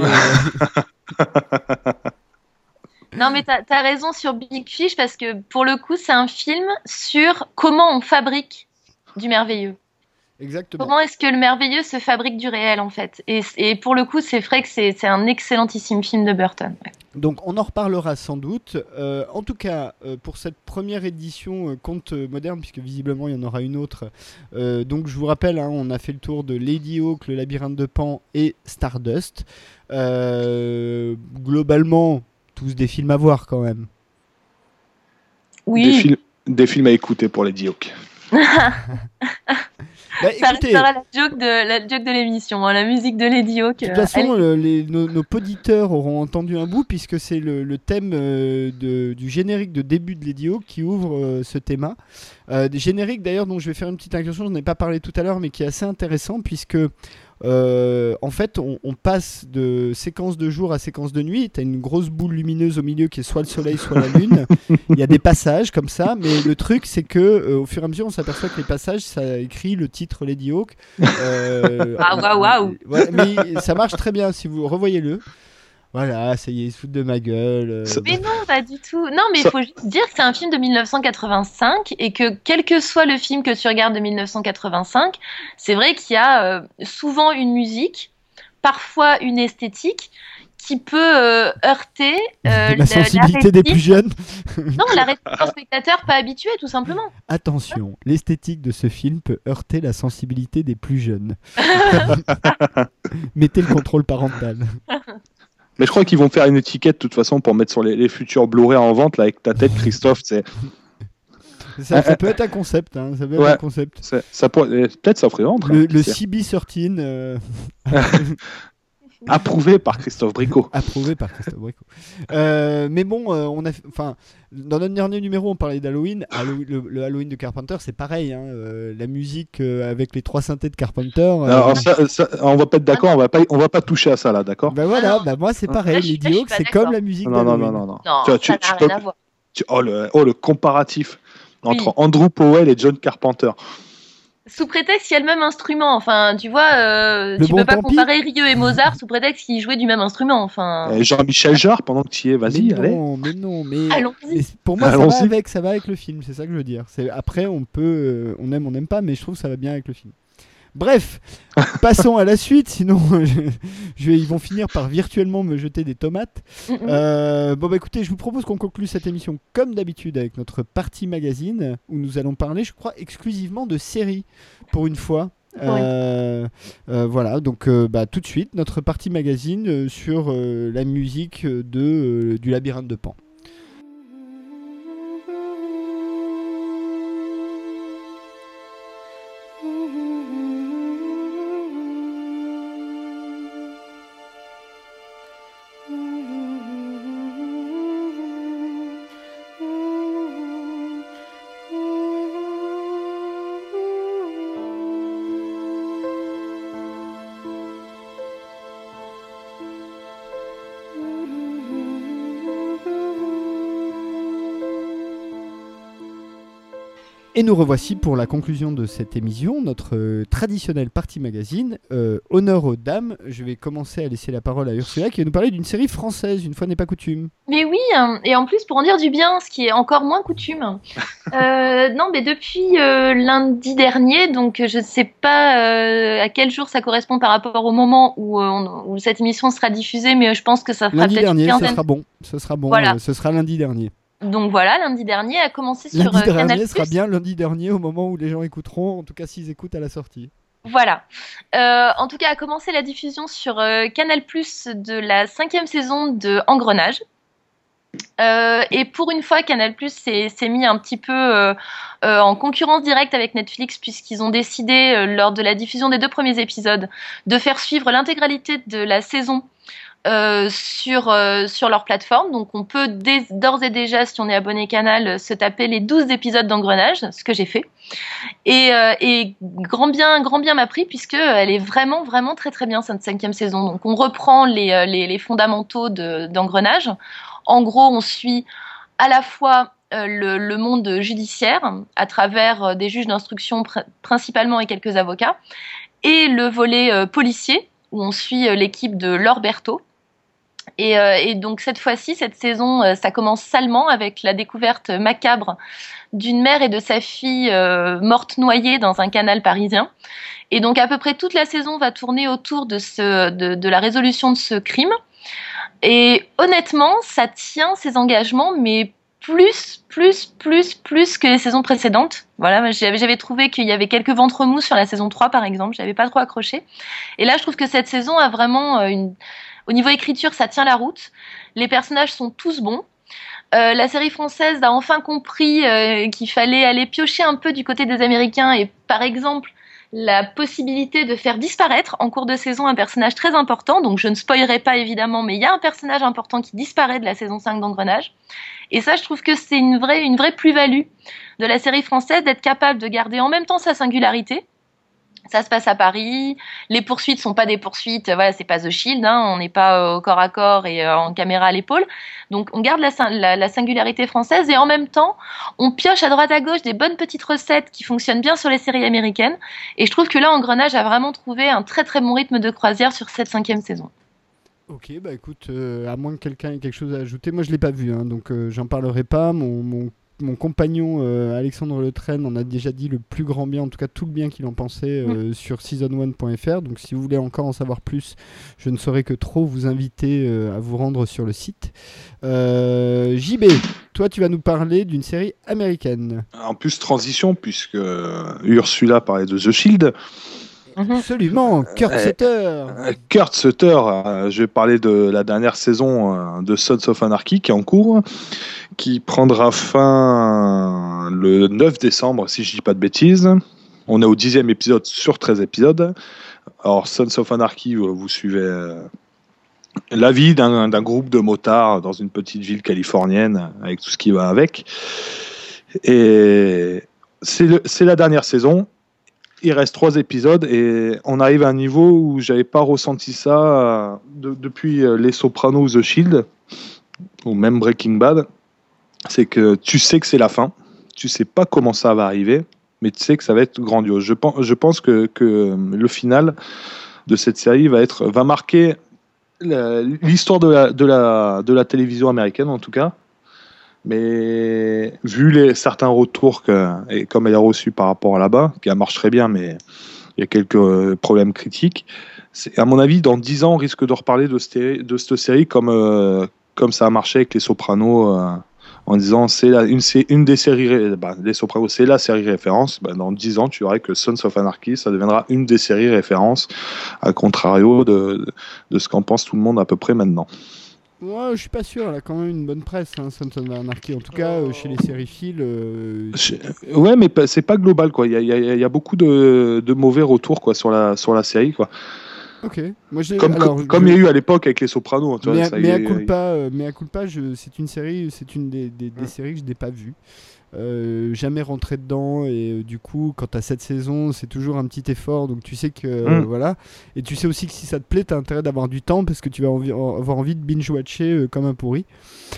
non, mais t'as raison sur Big Fish, parce que pour le coup, c'est un film sur comment on fabrique du merveilleux. Exactement. Comment est-ce que le merveilleux se fabrique du réel, en fait. Et pour le coup, c'est vrai que c'est un excellentissime film de Burton. Ouais. Donc on en reparlera sans doute. En tout cas, pour cette première édition conte moderne, puisque visiblement il y en aura une autre. Donc je vous rappelle, on a fait le tour de Lady Hawk, Le Labyrinthe de Pan et Stardust. Globalement, tous des films à voir quand même. Oui. Des films à écouter pour Lady Hawk. Ça restera la joke de l'émission, la musique de Lady Hawk. De toute façon, nos auditeurs auront entendu un bout, puisque c'est le thème du générique de début de Lady Hawk qui ouvre ce thème. Des génériques d'ailleurs dont je vais faire une petite incursion, je n'en ai pas parlé tout à l'heure, mais qui est assez intéressant, puisque en fait on passe de séquence de jour à séquence de nuit. Tu as une grosse boule lumineuse au milieu qui est soit le soleil soit la lune. Il y a des passages comme ça, mais le truc c'est que au fur et à mesure on s'aperçoit que les passages ça écrit le titre Lady Hawk. Waouh. Ouais, mais ça marche très bien si vous revoyez-le. Voilà, ça y est, ils se foutent de ma gueule. Mais non, pas du tout. Non, mais il faut juste dire que c'est un film de 1985 et que quel que soit le film que tu regardes de 1985, c'est vrai qu'il y a souvent une musique, parfois une esthétique qui peut heurter la sensibilité des plus jeunes. Non, la rétine d'un spectateur pas habitué, tout simplement. Attention, l'esthétique de ce film peut heurter la sensibilité des plus jeunes. Mettez le contrôle parental. Mais je crois qu'ils vont faire une étiquette de toute façon pour mettre sur les futurs Blu-ray en vente là, avec ta tête, Christophe. Ça peut être un concept. Ça peut être un concept. Peut-être ça ferait vendre. Le CB13. Approuvé par Christophe Bricot. Mais bon, dans notre dernier numéro, on parlait d'Halloween. Le Halloween de Carpenter, c'est pareil. La musique avec les 3 synthés de Carpenter. Alors, ça, on va pas être d'accord. On va pas toucher à ça là, d'accord. Voilà. Moi, c'est pareil. Les Diox, c'est comme la musique d'Halloween. Non, ça n'a rien à voir. Le comparatif entre Andrew Powell et John Carpenter. Sous prétexte qu'il y a le même instrument, enfin, tu vois, tu bon peux pas tant pis. comparer Rieu et Mozart sous prétexte qu'ils jouaient du même instrument, enfin. Jean-Michel Jarre, pendant que tu y es, vas-y, allez. Mais Allons-y. pour moi, Allons-y. ça va avec le film, c'est ça que je veux dire. Après, on peut, on n'aime pas, mais je trouve que ça va bien avec le film. Bref, passons à la suite, sinon ils vont finir par virtuellement me jeter des tomates. Écoutez, je vous propose qu'on conclue cette émission comme d'habitude avec notre partie magazine où nous allons parler, je crois, exclusivement de séries pour une fois. Voilà, donc tout de suite, notre partie magazine sur la musique du Labyrinthe de Pan. Et nous revoici pour la conclusion de cette émission, notre traditionnelle partie magazine. Honneur aux dames, je vais commencer à laisser la parole à Ursula qui va nous parler d'une série française, une fois n'est pas coutume. Mais oui, et en plus pour en dire du bien, ce qui est encore moins coutume. Non, mais depuis lundi dernier, donc je ne sais pas à quel jour ça correspond par rapport au moment où cette émission sera diffusée, mais je pense que ça fera lundi peut-être dernier, une quinzaine. ce sera bon, Voilà. Ce sera lundi dernier. Donc voilà, lundi dernier a commencé sur lundi Canal+. Dernier sera bien lundi dernier au moment où les gens écouteront, en tout cas s'ils écoutent à la sortie. Voilà. En tout cas, a commencé la diffusion sur Canal+ de la 5e saison de Engrenage. Et pour une fois, Canal+ s'est mis un petit peu en concurrence directe avec Netflix puisqu'ils ont décidé, lors de la diffusion des 2 premiers épisodes, de faire suivre l'intégralité de la saison sur leur plateforme. Donc on peut d'ores et déjà, si on est abonné Canal, se taper les 12 épisodes d'Engrenage, ce que j'ai fait. Et grand bien m'a pris puisque elle est vraiment vraiment très très bien cette 5e saison. Donc on reprend les fondamentaux d'Engrenage. En gros, on suit à la fois le monde judiciaire à travers des juges d'instruction principalement et quelques avocats, et le volet policier où on suit l'équipe de Laure Berthaud. Et donc cette fois-ci, cette saison, ça commence salement avec la découverte macabre d'une mère et de sa fille mortes noyées dans un canal parisien. Et donc à peu près toute la saison va tourner autour de la résolution de ce crime. Et honnêtement, ça tient ses engagements, mais plus que les saisons précédentes. Voilà, j'avais trouvé qu'il y avait quelques ventres mous sur la saison 3 par exemple, j'avais pas trop accroché. Et là, je trouve que cette saison a vraiment au niveau écriture, ça tient la route. Les personnages sont tous bons. La série française a enfin compris qu'il fallait aller piocher un peu du côté des Américains et par exemple la possibilité de faire disparaître en cours de saison un personnage très important. Donc je ne spoilerai pas évidemment, mais il y a un personnage important qui disparaît de la saison 5 d'Engrenage. Et ça, je trouve que c'est une vraie plus-value de la série française d'être capable de garder en même temps sa singularité. Ça se passe à Paris, les poursuites sont pas des poursuites, voilà, c'est pas The Shield, hein, on n'est pas au corps à corps et en caméra à l'épaule. Donc on garde la singularité française et en même temps, on pioche à droite à gauche des bonnes petites recettes qui fonctionnent bien sur les séries américaines. Et je trouve que là, Engrenage a vraiment trouvé un très très bon rythme de croisière sur cette 5e saison. Ok, bah écoute, à moins que quelqu'un ait quelque chose à ajouter, moi je l'ai pas vu, hein, donc j'en parlerai pas. Mon compagnon Alexandre Le Train en a déjà dit le plus grand bien, en tout cas tout le bien qu'il en pensait sur season1.fr. Donc si vous voulez encore en savoir plus, je ne saurais que trop vous inviter à vous rendre sur le site. JB, toi tu vas nous parler d'une série américaine. En plus, transition, puisque Ursula parlait de The Shield. Absolument, Kurt Sutter. Kurt Sutter, je vais parler de la dernière saison de Sons of Anarchy qui est en cours, qui prendra fin le 9 décembre, si je dis pas de bêtises. On est au 10e épisode sur 13 épisodes. Alors, Sons of Anarchy, vous suivez la vie d'un groupe de motards dans une petite ville californienne, avec tout ce qui va avec. Et c'est la dernière saison. Il reste 3 épisodes et on arrive à un niveau où j'avais pas ressenti ça depuis Les Sopranos ou The Shield ou même Breaking Bad. C'est que tu sais que c'est la fin. tu sais pas comment ça va arriver, mais tu sais que ça va être grandiose. Je pense que le final de cette série va marquer l'histoire de la télévision américaine, en tout cas. Mais vu certains retours et comme elle a reçu par rapport à là-bas, qui marche très bien, mais il y a quelques problèmes critiques. À mon avis, dans 10 ans, on risque de reparler de cette série comme ça a marché avec Les Sopranos, en disant c'est une des séries, Les Sopranos, c'est la série référence. Dans 10 ans, tu verras que Sons of Anarchy, ça deviendra une des séries références, à contrario de ce qu'en pense tout le monde à peu près maintenant. Ouais, je suis pas sûr, elle a quand même une bonne presse, Sons of Anarchy. En tout cas, chez les sériephiles. Ouais, mais c'est pas global, quoi. Il y a beaucoup de mauvais retours, quoi, sur la série, quoi. Ok. Moi, comme il y a eu à l'époque avec Les Sopranos. Mais à culpa, c'est une série, c'est une des séries que je n'ai pas vues. Jamais rentré dedans et du coup quand t'as cette saison c'est toujours un petit effort, donc tu sais que voilà, et tu sais aussi que si ça te plaît t'as intérêt d'avoir du temps parce que tu vas avoir envie de binge-watcher comme un pourri.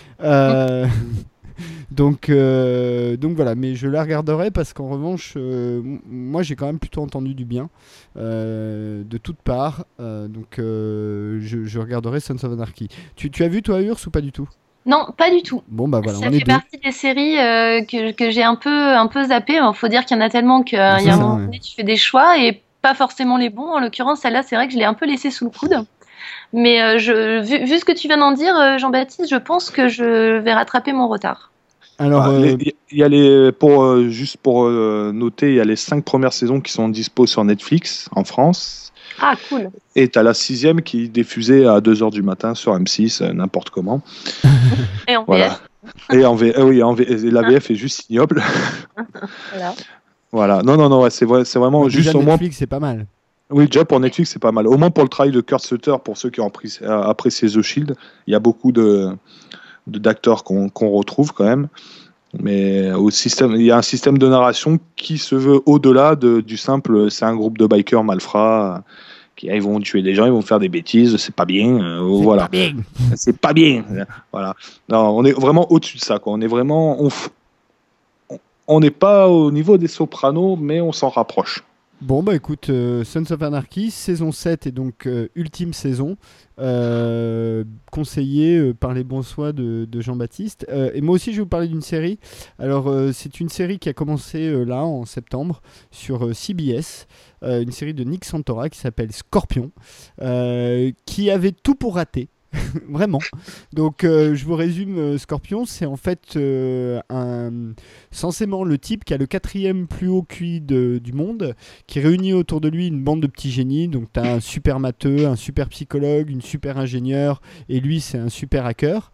Donc voilà, mais je la regarderai parce qu'en revanche moi j'ai quand même plutôt entendu du bien de toutes parts, donc je regarderai Sons of Anarchy. Tu as vu toi Urs ou pas du tout? Non, pas du tout. Bon bah voilà, ça fait partie des séries que j'ai un peu zappé. Il faut dire qu'il y en a tellement qu'il y a un moment donné, tu fais des choix et pas forcément les bons. En l'occurrence, celle-là, c'est vrai que je l'ai un peu laissée sous le coude. Mais vu ce que tu viens d'en dire, Jean-Baptiste, je pense que je vais rattraper mon retard. Alors, il y a juste pour noter, il y a les 5 premières saisons qui sont dispo sur Netflix en France. Ah, cool. Et t'as la 6e qui est diffusée à 2h du matin sur M6, n'importe comment. Et en voilà. VF. Et et la VF est juste ignoble. Voilà. Non, ouais, c'est vraiment déjà juste au moins. Netflix, c'est pas mal. Oui, déjà pour Netflix, c'est pas mal. Au moins pour le travail de Kurt Sutter, pour ceux qui ont apprécié The Shield, il y a beaucoup d'acteurs qu'on retrouve quand même. Mais il y a un système de narration qui se veut au-delà du simple, c'est un groupe de bikers malfrats qui ils vont tuer des gens, ils vont faire des bêtises, c'est pas bien, voilà. C'est pas bien. Voilà. Non, on est vraiment au-dessus de ça, quoi. On est vraiment, on n'est pas au niveau des Sopranos, mais on s'en rapproche. Bon bah écoute, Sons of Anarchy, saison 7 et donc ultime saison, conseillée par les bons soins de Jean-Baptiste. Et moi aussi je vais vous parler d'une série. Alors c'est une série qui a commencé là en septembre sur CBS, une série de Nick Santora qui s'appelle Scorpion, qui avait tout pour rater. Vraiment. Donc je vous résume, Scorpion, c'est en fait censément le type qui a le 4e plus haut QI du monde, qui réunit autour de lui une bande de petits génies. Donc tu as un super matheux, un super psychologue, une super ingénieure, et lui c'est un super hacker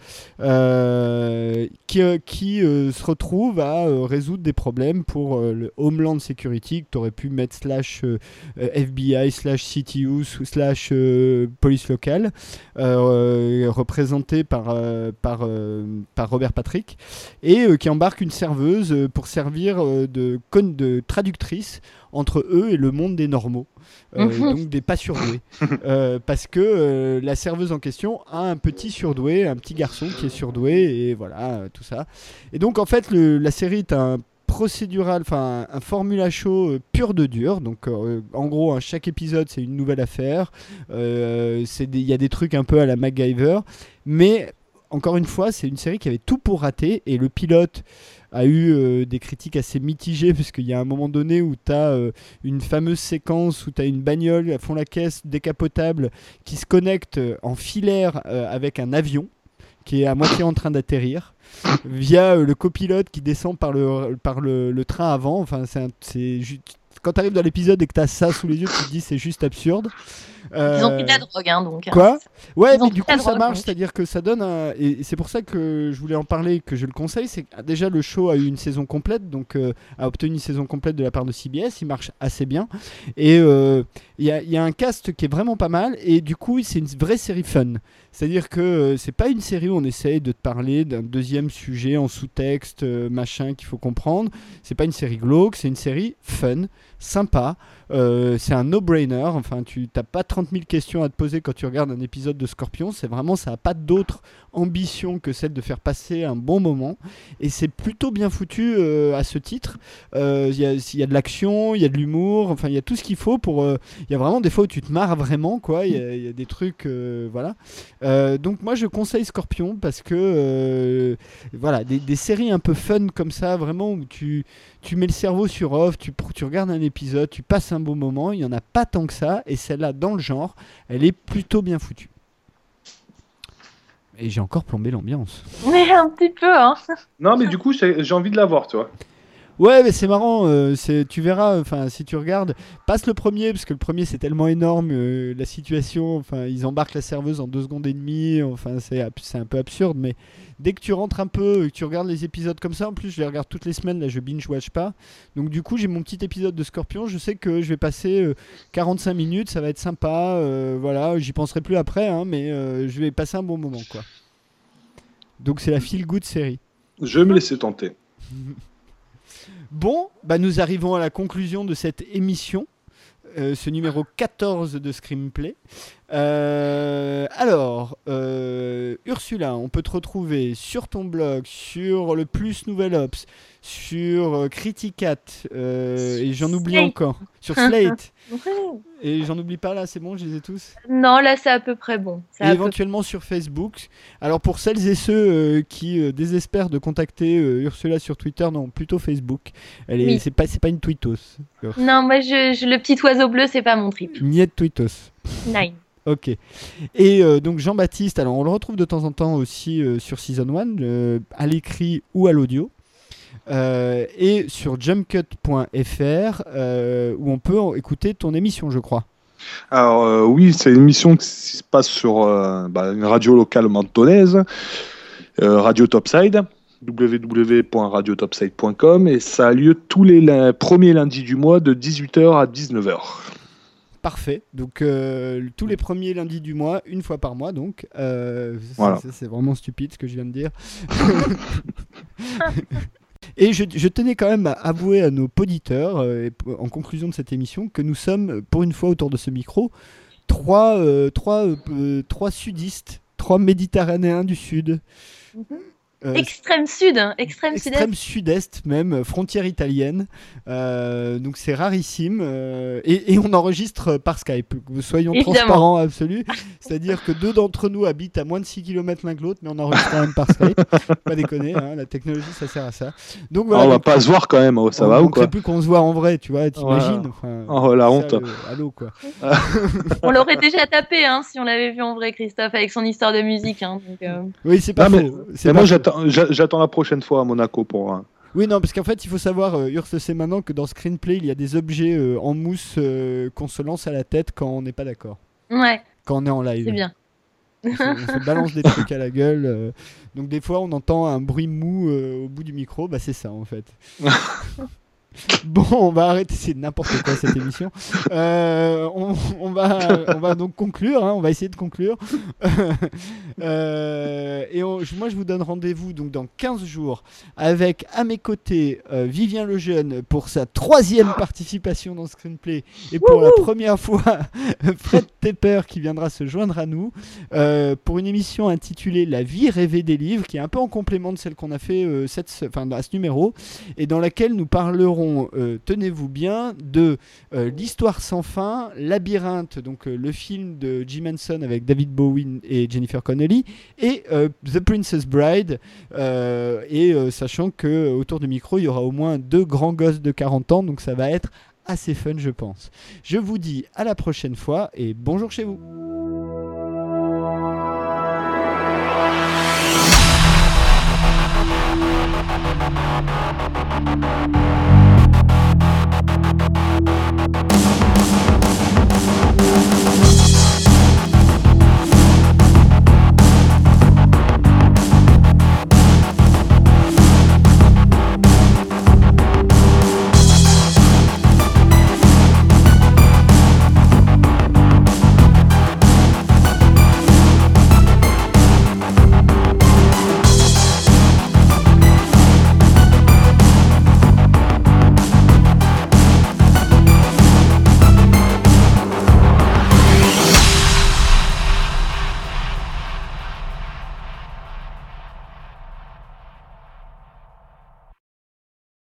qui se retrouve à résoudre des problèmes pour le Homeland Security, que tu aurais pu mettre /FBI /CTU / police locale, représenté par Robert Patrick, et qui embarque une serveuse pour servir de traductrice entre eux et le monde des normaux, donc des pas surdoués, parce que la serveuse en question a un petit surdoué, un petit garçon qui est surdoué, et voilà, tout ça. Et donc en fait la série est un procédural, enfin un formula show pur de dur. Donc en gros, chaque épisode c'est une nouvelle affaire. Il y a des trucs un peu à la MacGyver, mais encore une fois, c'est une série qui avait tout pour rater, et le pilote a eu des critiques assez mitigées, parce qu'il y a un moment donné où tu as une fameuse séquence où tu as une bagnole à fond la caisse décapotable qui se connecte en filaire avec un avion qui est à moitié en train d'atterrir, via le copilote qui descend par le train avant. Enfin, c'est quand tu arrives dans l'épisode et que tu as ça sous les yeux, tu te dis c'est juste absurde. Ils ont pris de la drogue, hein, donc. Quoi ? Ouais, mais du coup ça marche, c'est-à-dire que ça donne et c'est pour ça que je voulais en parler, que je le conseille. C'est que déjà le show a eu une saison complète, donc a obtenu une saison complète de la part de CBS, il marche assez bien, et il y a un cast qui est vraiment pas mal, et du coup c'est une vraie série fun. C'est-à-dire que c'est pas une série où on essaye de te parler d'un deuxième sujet en sous-texte, machin qu'il faut comprendre. C'est pas une série glauque, c'est une série fun, sympa. C'est un no-brainer. Enfin, tu n'as pas 30 000 questions à te poser quand tu regardes un épisode de Scorpion. C'est vraiment, ça n'a pas d'autre ambition que celle de faire passer un bon moment. Et c'est plutôt bien foutu à ce titre. Il y a de l'action, il y a de l'humour, enfin il y a tout ce qu'il faut pour. Il y a vraiment des fois où tu te marres vraiment, quoi. Il y a des trucs, voilà. Donc moi je conseille Scorpion parce que voilà, des séries un peu fun comme ça, vraiment où tu mets le cerveau sur off, tu regardes un épisode, tu passes un bon moment. Il n'y en a pas tant que ça, et celle-là dans le genre, elle est plutôt bien foutue. Et j'ai encore plombé l'ambiance. Mais un petit peu, hein. Non, mais du coup, j'ai envie de la voir, tu vois. Ouais, mais c'est marrant, tu verras, enfin, si tu regardes, passe le premier, parce que le premier c'est tellement énorme, la situation, enfin, ils embarquent la serveuse en 2 secondes et demie, enfin, c'est un peu absurde, mais dès que tu rentres un peu, que tu regardes les épisodes comme ça, en plus je les regarde toutes les semaines, là je binge-watch pas, donc du coup j'ai mon petit épisode de Scorpion, je sais que je vais passer 45 minutes, ça va être sympa, voilà, j'y penserai plus après, hein, mais je vais passer un bon moment, quoi. Donc c'est la feel-good série. Je vais me laisser tenter. Bon, bah nous arrivons à la conclusion de cette émission, ce numéro 14 de Screenplay. Alors, Ursula, on peut te retrouver sur ton blog, sur le Plus Nouvel Ops, sur Criticat, et j'en oublie Slate. encore, sur Slate. Et j'en oublie pas là, c'est bon, je les ai tous. Non, là c'est à peu près bon. Et éventuellement sur Facebook. Alors pour celles et ceux qui désespèrent de contacter Ursula sur Twitter, non, plutôt Facebook. Oui. C'est pas une tweetos. Non, moi le petit oiseau bleu, c'est pas mon trip. Niet tweetos. Nine. Ok. Et donc Jean-Baptiste, alors on le retrouve de temps en temps aussi sur Season 1, à l'écrit ou à l'audio. Et sur jumpcut.fr où on peut écouter ton émission, je crois. Alors oui, c'est une émission qui se passe sur une radio locale mentonnaise, Radio Topside, www.radiotopside.com, et ça a lieu tous les premiers lundis du mois de 18h à 19h. Parfait. Donc tous les premiers lundis du mois, une fois par mois, donc. Voilà. C'est vraiment stupide ce que je viens de dire. Et je tenais quand même à avouer à nos auditeurs, en conclusion de cette émission, que nous sommes, pour une fois autour de ce micro, trois sudistes, 3 méditerranéens du sud. Extrême sud, hein, extrême sud-est même, frontière italienne. Donc c'est rarissime. Et on enregistre par Skype. Soyons transparents absolus. C'est-à-dire que 2 d'entre nous habitent à moins de 6 km l'un que l'autre, mais on enregistre quand même par Skype. Pas déconner, hein, la technologie ça sert à ça. Donc voilà. On va pas se voir quand même, ça va ou quoi ? On ne plus qu'on se voit en vrai, tu vois, t'imagines. Enfin, oh la honte. Allô quoi. On l'aurait déjà tapé hein, si on l'avait vu en vrai, Christophe, avec son histoire de musique. Hein, donc, oui, c'est pas faux. Moi j'attends la prochaine fois à Monaco pour. Oui, non, parce qu'en fait, il faut savoir, Urs le sait maintenant, que dans Screenplay, il y a des objets en mousse qu'on se lance à la tête quand on n'est pas d'accord. Ouais. Quand on est en live. C'est bien. On se balance des trucs à la gueule. Donc des fois, on entend un bruit mou au bout du micro. Bah, c'est ça, en fait. Bon, on va arrêter, c'est n'importe quoi cette émission. On va donc conclure, hein, on va essayer de conclure. Moi je vous donne rendez-vous donc dans 15 jours avec à mes côtés Vivien Lejeune pour sa 3e participation dans Screenplay et pour la première fois Fred Tepper qui viendra se joindre à nous pour une émission intitulée La vie rêvée des livres, qui est un peu en complément de celle qu'on a fait à ce numéro, et dans laquelle nous parlerons, tenez-vous bien, de l'histoire sans fin, Labyrinthe, donc le film de Jim Henson avec David Bowie et Jennifer Connelly, et The Princess Bride, sachant que autour du micro il y aura au moins 2 grands gosses de 40 ans, donc ça va être assez fun je pense. Je vous dis à la prochaine fois et bonjour chez vous.